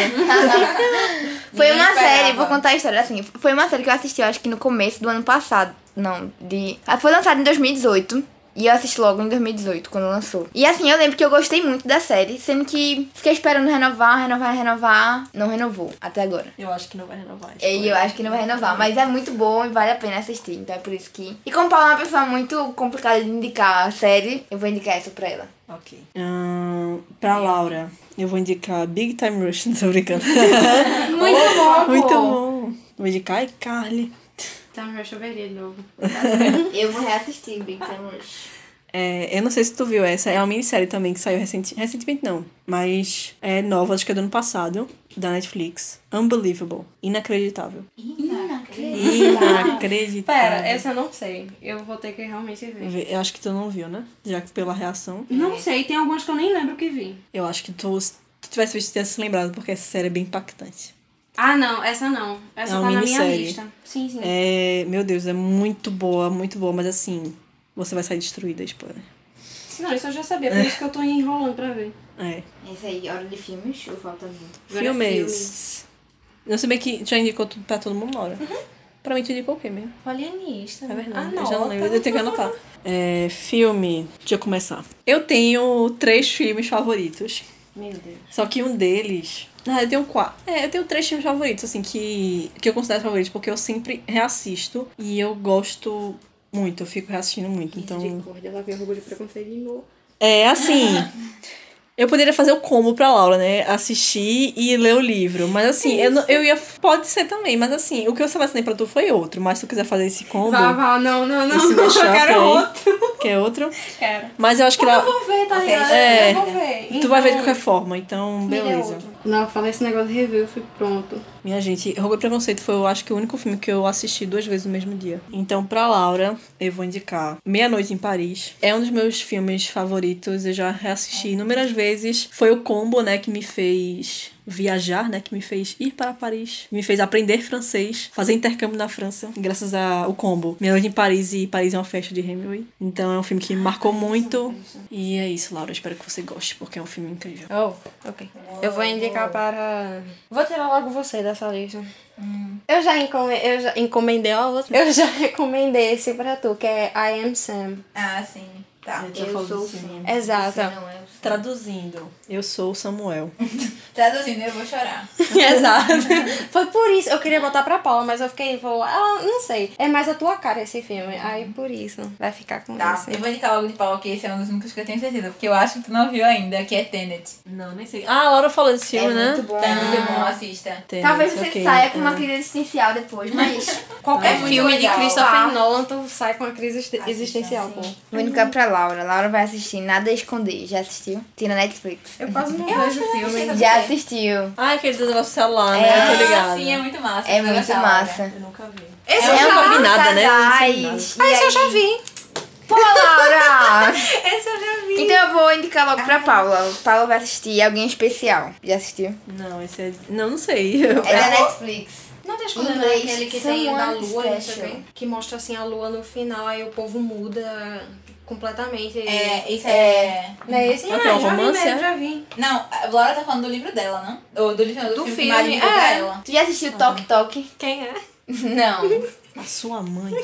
Foi Ninguém uma esperava. série, vou contar a história assim. Foi uma série que eu assisti, eu acho que no começo do ano passado. Não, foi lançada em 2018. E eu assisti logo em 2018, quando lançou. E assim, eu lembro que eu gostei muito da série, sendo que fiquei esperando renovar. Não renovou, até agora. Eu acho que não vai renovar. E eu acho que não vai renovar, mas é muito bom e vale a pena assistir. Então é por isso que... E como Paula é uma pessoa muito complicada de indicar a série, eu vou indicar essa pra ela. Ok. Pra Laura, eu vou indicar Big Time Rush. Não tô brincando. Muito bom, Muito bom. Vou indicar Carly. Então, eu veria de novo. Eu vou reassistir Big Time Rush. Eu não sei se tu viu essa. É uma minissérie também que saiu recentemente, não. Mas é nova, acho que é do ano passado, da Netflix. Unbelievable. Inacreditável. Inacreditável. Pera, essa eu não sei. Eu vou ter que realmente ver. Eu acho que tu não viu, né? Já que pela reação. Não sei, tem algumas que eu nem lembro que vi. Eu acho que se tu tivesse visto, tivesse se lembrado, porque essa série é bem impactante. Ah, não, essa não. Essa É tá uma na minha minissérie. lista. Sim, sim. Meu Deus, é muito boa, mas assim, você vai sair destruída, spoiler. Não, isso eu já sabia, por isso que eu tô enrolando pra ver. Esse aí, hora de filmes, ou falta muito? Agora Filmes. Eu sei bem que já indicou tudo pra todo mundo, Laura. Pra mim, tu indicou o quê mesmo? Alienista. É verdade, eu Anota. já não lembro, eu tenho que anotar. Filme, deixa eu começar. Eu tenho 3 filmes favoritos. Meu Deus. Só que um deles... eu tenho 4. Eu tenho 3 filmes favoritos, assim, que eu considero favoritos, porque eu sempre reassisto. E eu gosto muito, eu fico reassistindo muito, então... Misericórdia, ela veio Orgulho e Preconceito de novo. Assim... Eu poderia fazer o combo pra Laura, né? Assistir e ler o livro. Mas assim, eu ia... Pode ser também, mas assim, o que eu selecionei pra tu foi outro. Mas se tu quiser fazer esse combo... Vá, não, esse eu mashup quero aí, outro. Quer outro? Quero. Mas eu acho que... Eu vou ver, tá ligado? É. Eu vou ver. Tu vai ver de qualquer forma, então Me dê beleza. outro. Não, eu falei esse negócio de review, eu fui pronto. Minha gente, Orgulho e Preconceito foi, eu acho que o único filme que eu assisti 2 vezes no mesmo dia. Então, pra Laura, eu vou indicar Meia-Noite em Paris. É um dos meus filmes favoritos, eu já reassisti inúmeras vezes. Foi o combo, né, que me fez viajar, né, que me fez ir para Paris, me fez aprender francês, fazer intercâmbio na França, graças ao combo Meia-Noite em Paris e Paris é uma Festa de Hemingway. Então é um filme que me marcou muito. E é isso, Laura, espero que você goste, porque é um filme incrível. Ok. Eu vou indicar para... Vou tirar logo você dessa lista. Eu já encomendei a outra. Eu já recomendei esse pra tu, que é I Am Sam. Ah, sim. Tá. Já falou sou o desse filme. Exato. Não é o Traduzindo, eu sou o Samuel. Traduzindo, eu vou chorar. Exato. Foi por isso. Eu queria botar pra Paula, mas eu fiquei... não sei. É mais a tua cara esse filme. Aí por isso. Vai ficar com Tá, isso. eu vou indicar logo de Paula, que esse é um dos únicos que eu tenho certeza, porque eu acho que tu não viu ainda, que é Tenet. Não, nem sei. Ah, a Laura falou desse filme, né? muito bom. Tá muito bom, assista. Tenet, Talvez você ok. saia com uma crise existencial depois, mas... Qualquer muito filme legal. de Christopher Nolan, tu sai com uma crise existencial, pô. Vou indicar pra Laura. Laura vai assistir Nada a Esconder. Já assistiu? Tem na Netflix. Eu quase não vejo filme. Já assistiu. Ah, aquele do negócio do celular, né? Eu tô ligada. Ah, sim, é muito massa. É Você vai muito gostar, massa. Eu nunca vi. Esse Eu eu nunca vi já... nada, né? Eu não sei Casais. nada. E Esse eu aí- já vi. Pô, Laura! Esse eu já vi. Então eu vou indicar logo pra Paula. Paula vai assistir Alguém Especial. Já assistiu? Não, esse é... Não sei. É da Netflix. Não tá escutando Inglês, aquele que tem o da someone lua, não sei o special. quê, que mostra assim a lua no final, aí o povo muda completamente. Isso é... Não é esse? É o quê? Um já vi romance, mesmo, é? já vi. Não, a Laura tá falando do livro dela, não? Ou do livro, não, do filme que filme, Mari indicou pra é. ela. Tu já assistiu Toque Toque? Quem é? Não. A sua mãe.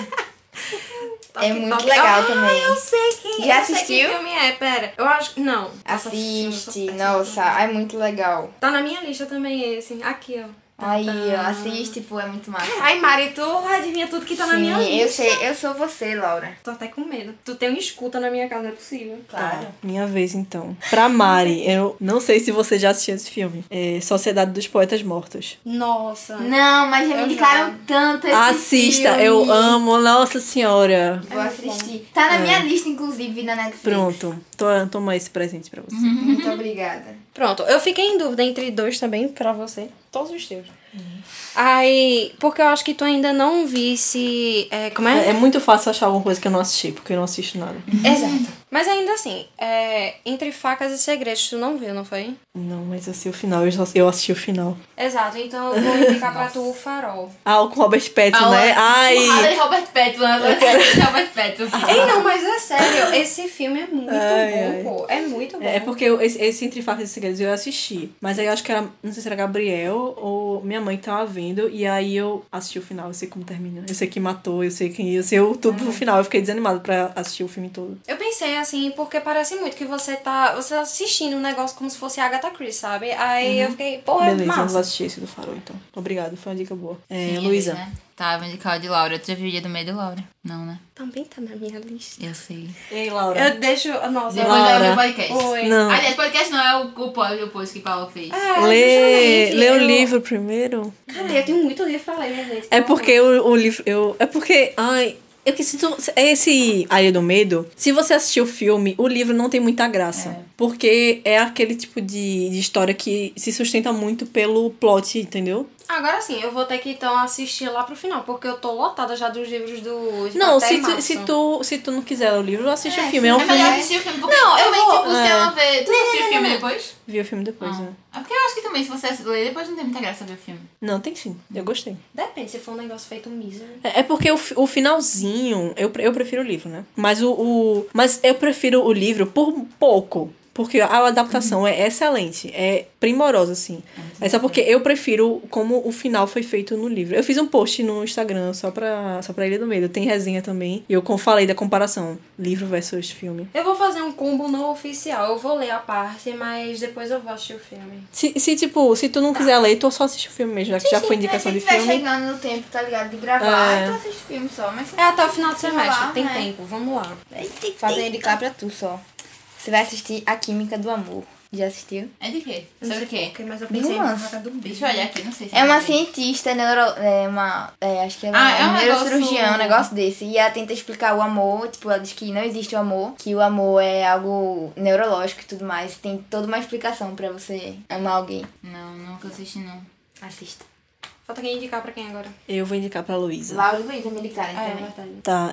É muito legal também. Eu sei quem Já eu sei assistiu? que filme é, pera. Eu acho que... Não. Assiste. Nossa, é muito legal. Tá na minha lista também esse. Aqui, ó. Aí, ó, assiste, pô, é muito massa. Ai, Mari, tu adivinha tudo que tá na minha Sim, lista. eu sou você, Laura. Tô até com medo. Tu tem um escuta na minha casa, não é possível. Claro. Minha vez, então. Pra Mari, eu não sei se você já assistiu esse filme. É Sociedade dos Poetas Mortos. Nossa. Não, mas já me Eu indicaram tanto esse Assista, filme. eu amo, nossa senhora. Vou assistir. Tá na minha lista, inclusive, na Netflix. Pronto, toma esse presente pra você. Muito obrigada. Pronto, eu fiquei em dúvida entre 2 também pra você. Todos os teus. Aí, porque eu acho que tu ainda não visse... como é? É muito fácil achar alguma coisa que eu não assisti, porque eu não assisto nada. Exato. Mas ainda assim, Entre Facas e Segredos, tu não viu, não foi? Não, mas eu sei o final, eu assisti o final. Exato, então eu vou indicar pra tu o Farol. Ah, o com Robert Pattinson, né? Surrada de Robert Pattinson, de Robert Pattinson. Ei, não, mas é sério, esse filme é muito bom, pô. É muito bom. É porque esse Entre Facas e Segredos eu assisti. Mas aí eu acho que era, não sei se era Gabriel ou minha mãe que tava vendo. E aí eu assisti o final, eu sei como termina. Eu sei quem matou, eu sei tudo no final. Eu fiquei desanimada pra assistir o filme todo. Eu pensei assim, porque parece muito que você tá assistindo um negócio como se fosse Agatha Christie, sabe? Aí eu fiquei, porra, Beleza, eu vou massa. assistir esse do Farol, então. Obrigado, foi uma dica boa. Sim, Luísa. né? Tá, vou indicar o de Laura. Tu já viu o Dia do Medo, Laura? Não, né? Também tá na minha lista. Eu sei. Ei, Laura. Eu deixo... Nossa, Depois Laura. eu vi o podcast. Oi. Não. Aliás, podcast não, é o post que Paulo fez. Lê o justamente, livro primeiro. Cara, eu tenho muito livro pra ler, minha gente. É porque o livro... É porque... Ai... Eu que sinto... Esse A Ilha do Medo, se você assistir o filme, o livro não tem muita graça. Porque é aquele tipo de história que se sustenta muito pelo plot, entendeu? Agora sim, eu vou ter que então assistir lá pro final, porque eu tô lotada já dos livros do... Não, até março. se tu não quiser ler o livro, assiste o filme. É um É melhor filme... assistir o filme. Porque Não, eu também, vou- tipo, se ela vê... Tu assistiu o filme depois? Vi o filme depois, né? É porque eu acho que também, se você ler depois, não tem muita graça ver o filme. Não, tem sim. Eu gostei. Depende, se for um negócio feito misery. É porque o finalzinho... Eu prefiro o livro, né? Mas mas eu prefiro o livro por pouco. Porque a adaptação é excelente, é primorosa, assim. É só porque eu prefiro como o final foi feito no livro. Eu fiz um post no Instagram só pra Ilha do Medo. Tem resenha também. E eu falei da comparação, livro versus filme. Eu vou fazer um combo não oficial, eu vou ler a parte, mas depois eu vou assistir o filme. Se tu não quiser ler, tu só assiste o filme mesmo, já que já foi indicação de Se tiver filme. chegando no tempo, tá ligado? De gravar, É. tu assiste filme só. Mas É até o final do semestre, lá, tem né? tempo, vamos lá. Fazer indicar pra tu só. Você vai assistir A Química do Amor. Já assistiu? É de quê? Não Sobre o sei quê? porquê, mas eu De pensei romance. na do Deixa eu olhar aqui, não sei se É uma de- cientista acho que ela Ah, é um neurocirurgiã, negócio- um negócio desse. E ela tenta explicar o amor, tipo, ela diz que não existe o amor, que o amor é algo neurológico e tudo mais. Tem toda uma explicação pra você amar alguém. Não, nunca assisti, não. Assista. Falta quem indicar pra quem agora? Eu vou indicar pra Luísa. Laura e Luísa me indicaram É, também. verdade. Tá,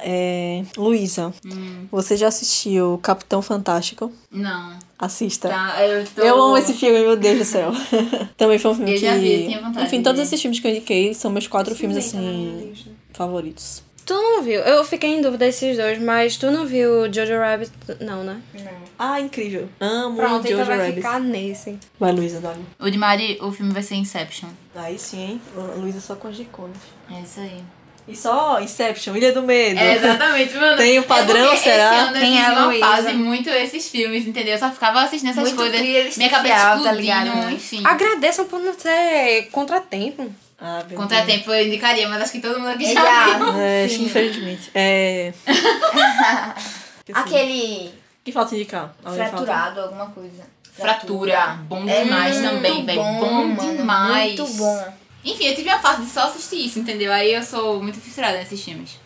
Luísa, você já assistiu Capitão Fantástico? Não. Assista. Tá, eu tô... Eu amo esse filme, meu Deus do céu. Também foi um filme Eu que... já vi, eu tinha vontade Enfim, de todos ver. esses filmes que eu indiquei são meus 4 filmes, Também tá na minha assim, lista. favoritos. Tu não viu? Eu fiquei em dúvida desses dois, mas tu não viu Jojo Rabbit? Não, né? Ah, incrível. Amo Pronto, então Jojo vai Rabbit. ficar nesse. Vai, Luísa, dá. O de Mari, o filme vai ser Inception. Aí sim, hein? A Luísa só com as diconas. É isso aí. E só Inception, Ilha do Medo. É, exatamente, mano. Tem o padrão, porque será? Esse ano eu Quem tive é a uma Luísa? fase muito esses filmes, entendeu? Eu só ficava assistindo essas Muito coisas. brilho Minha cabeça artificial, tá explodindo, ligado, né? enfim. Agradeçam por não ter contratempo. Ah, meu Contratempo eu indicaria, mas acho que todo mundo aqui já viu. Exato. Deus. É, Sim. infelizmente. Aquele Que falta indicar? Alguém falta? fraturado, alguma coisa. Fratura, bom É demais muito também, velho. Bom mano, demais. Muito bom. Enfim, eu tive uma fase de só assistir isso, entendeu? Aí eu sou muito fissurada nesses filmes.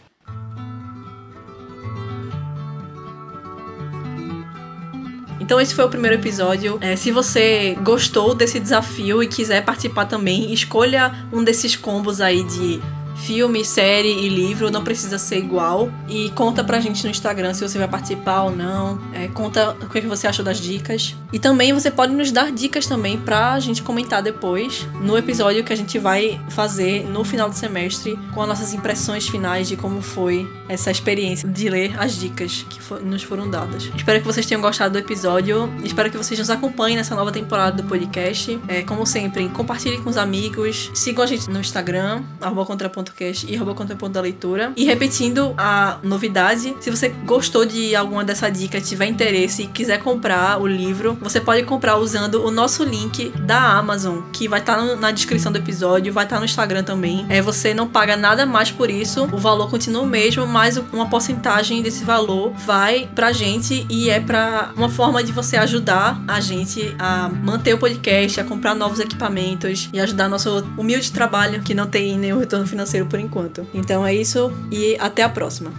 Então esse foi o primeiro episódio. Se você gostou desse desafio e quiser participar também, escolha um desses combos aí de filme, série e livro, não precisa ser igual. E conta pra gente no Instagram se você vai participar ou não. Conta o que você achou das dicas. E também você pode nos dar dicas também pra gente comentar depois no episódio que a gente vai fazer no final do semestre, com as nossas impressões finais de como foi essa experiência de ler as dicas que nos foram dadas. Espero que vocês tenham gostado do episódio. Espero que vocês nos acompanhem nessa nova temporada do podcast. Como sempre, compartilhem com os amigos. Sigam a gente no Instagram, @contra.cast e @contra.leitura. E repetindo a novidade, se você gostou de alguma dessa dica, tiver interesse e quiser comprar o livro, você pode comprar usando o nosso link da Amazon, que vai estar na descrição do episódio, vai estar no Instagram também. Você não paga nada mais por isso, o valor continua o mesmo, mas uma porcentagem desse valor vai pra gente e é pra uma forma de você ajudar a gente a manter o podcast, a comprar novos equipamentos e ajudar nosso humilde trabalho, que não tem nenhum retorno financeiro por enquanto. Então é isso e até a próxima.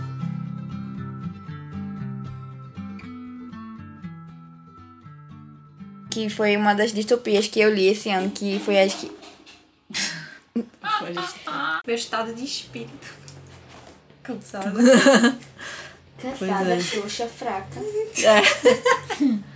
Que foi uma das distopias que eu li esse ano, que foi acho que... Meu estado de espírito. Cansada. Cansada, é. xoxa, fraca.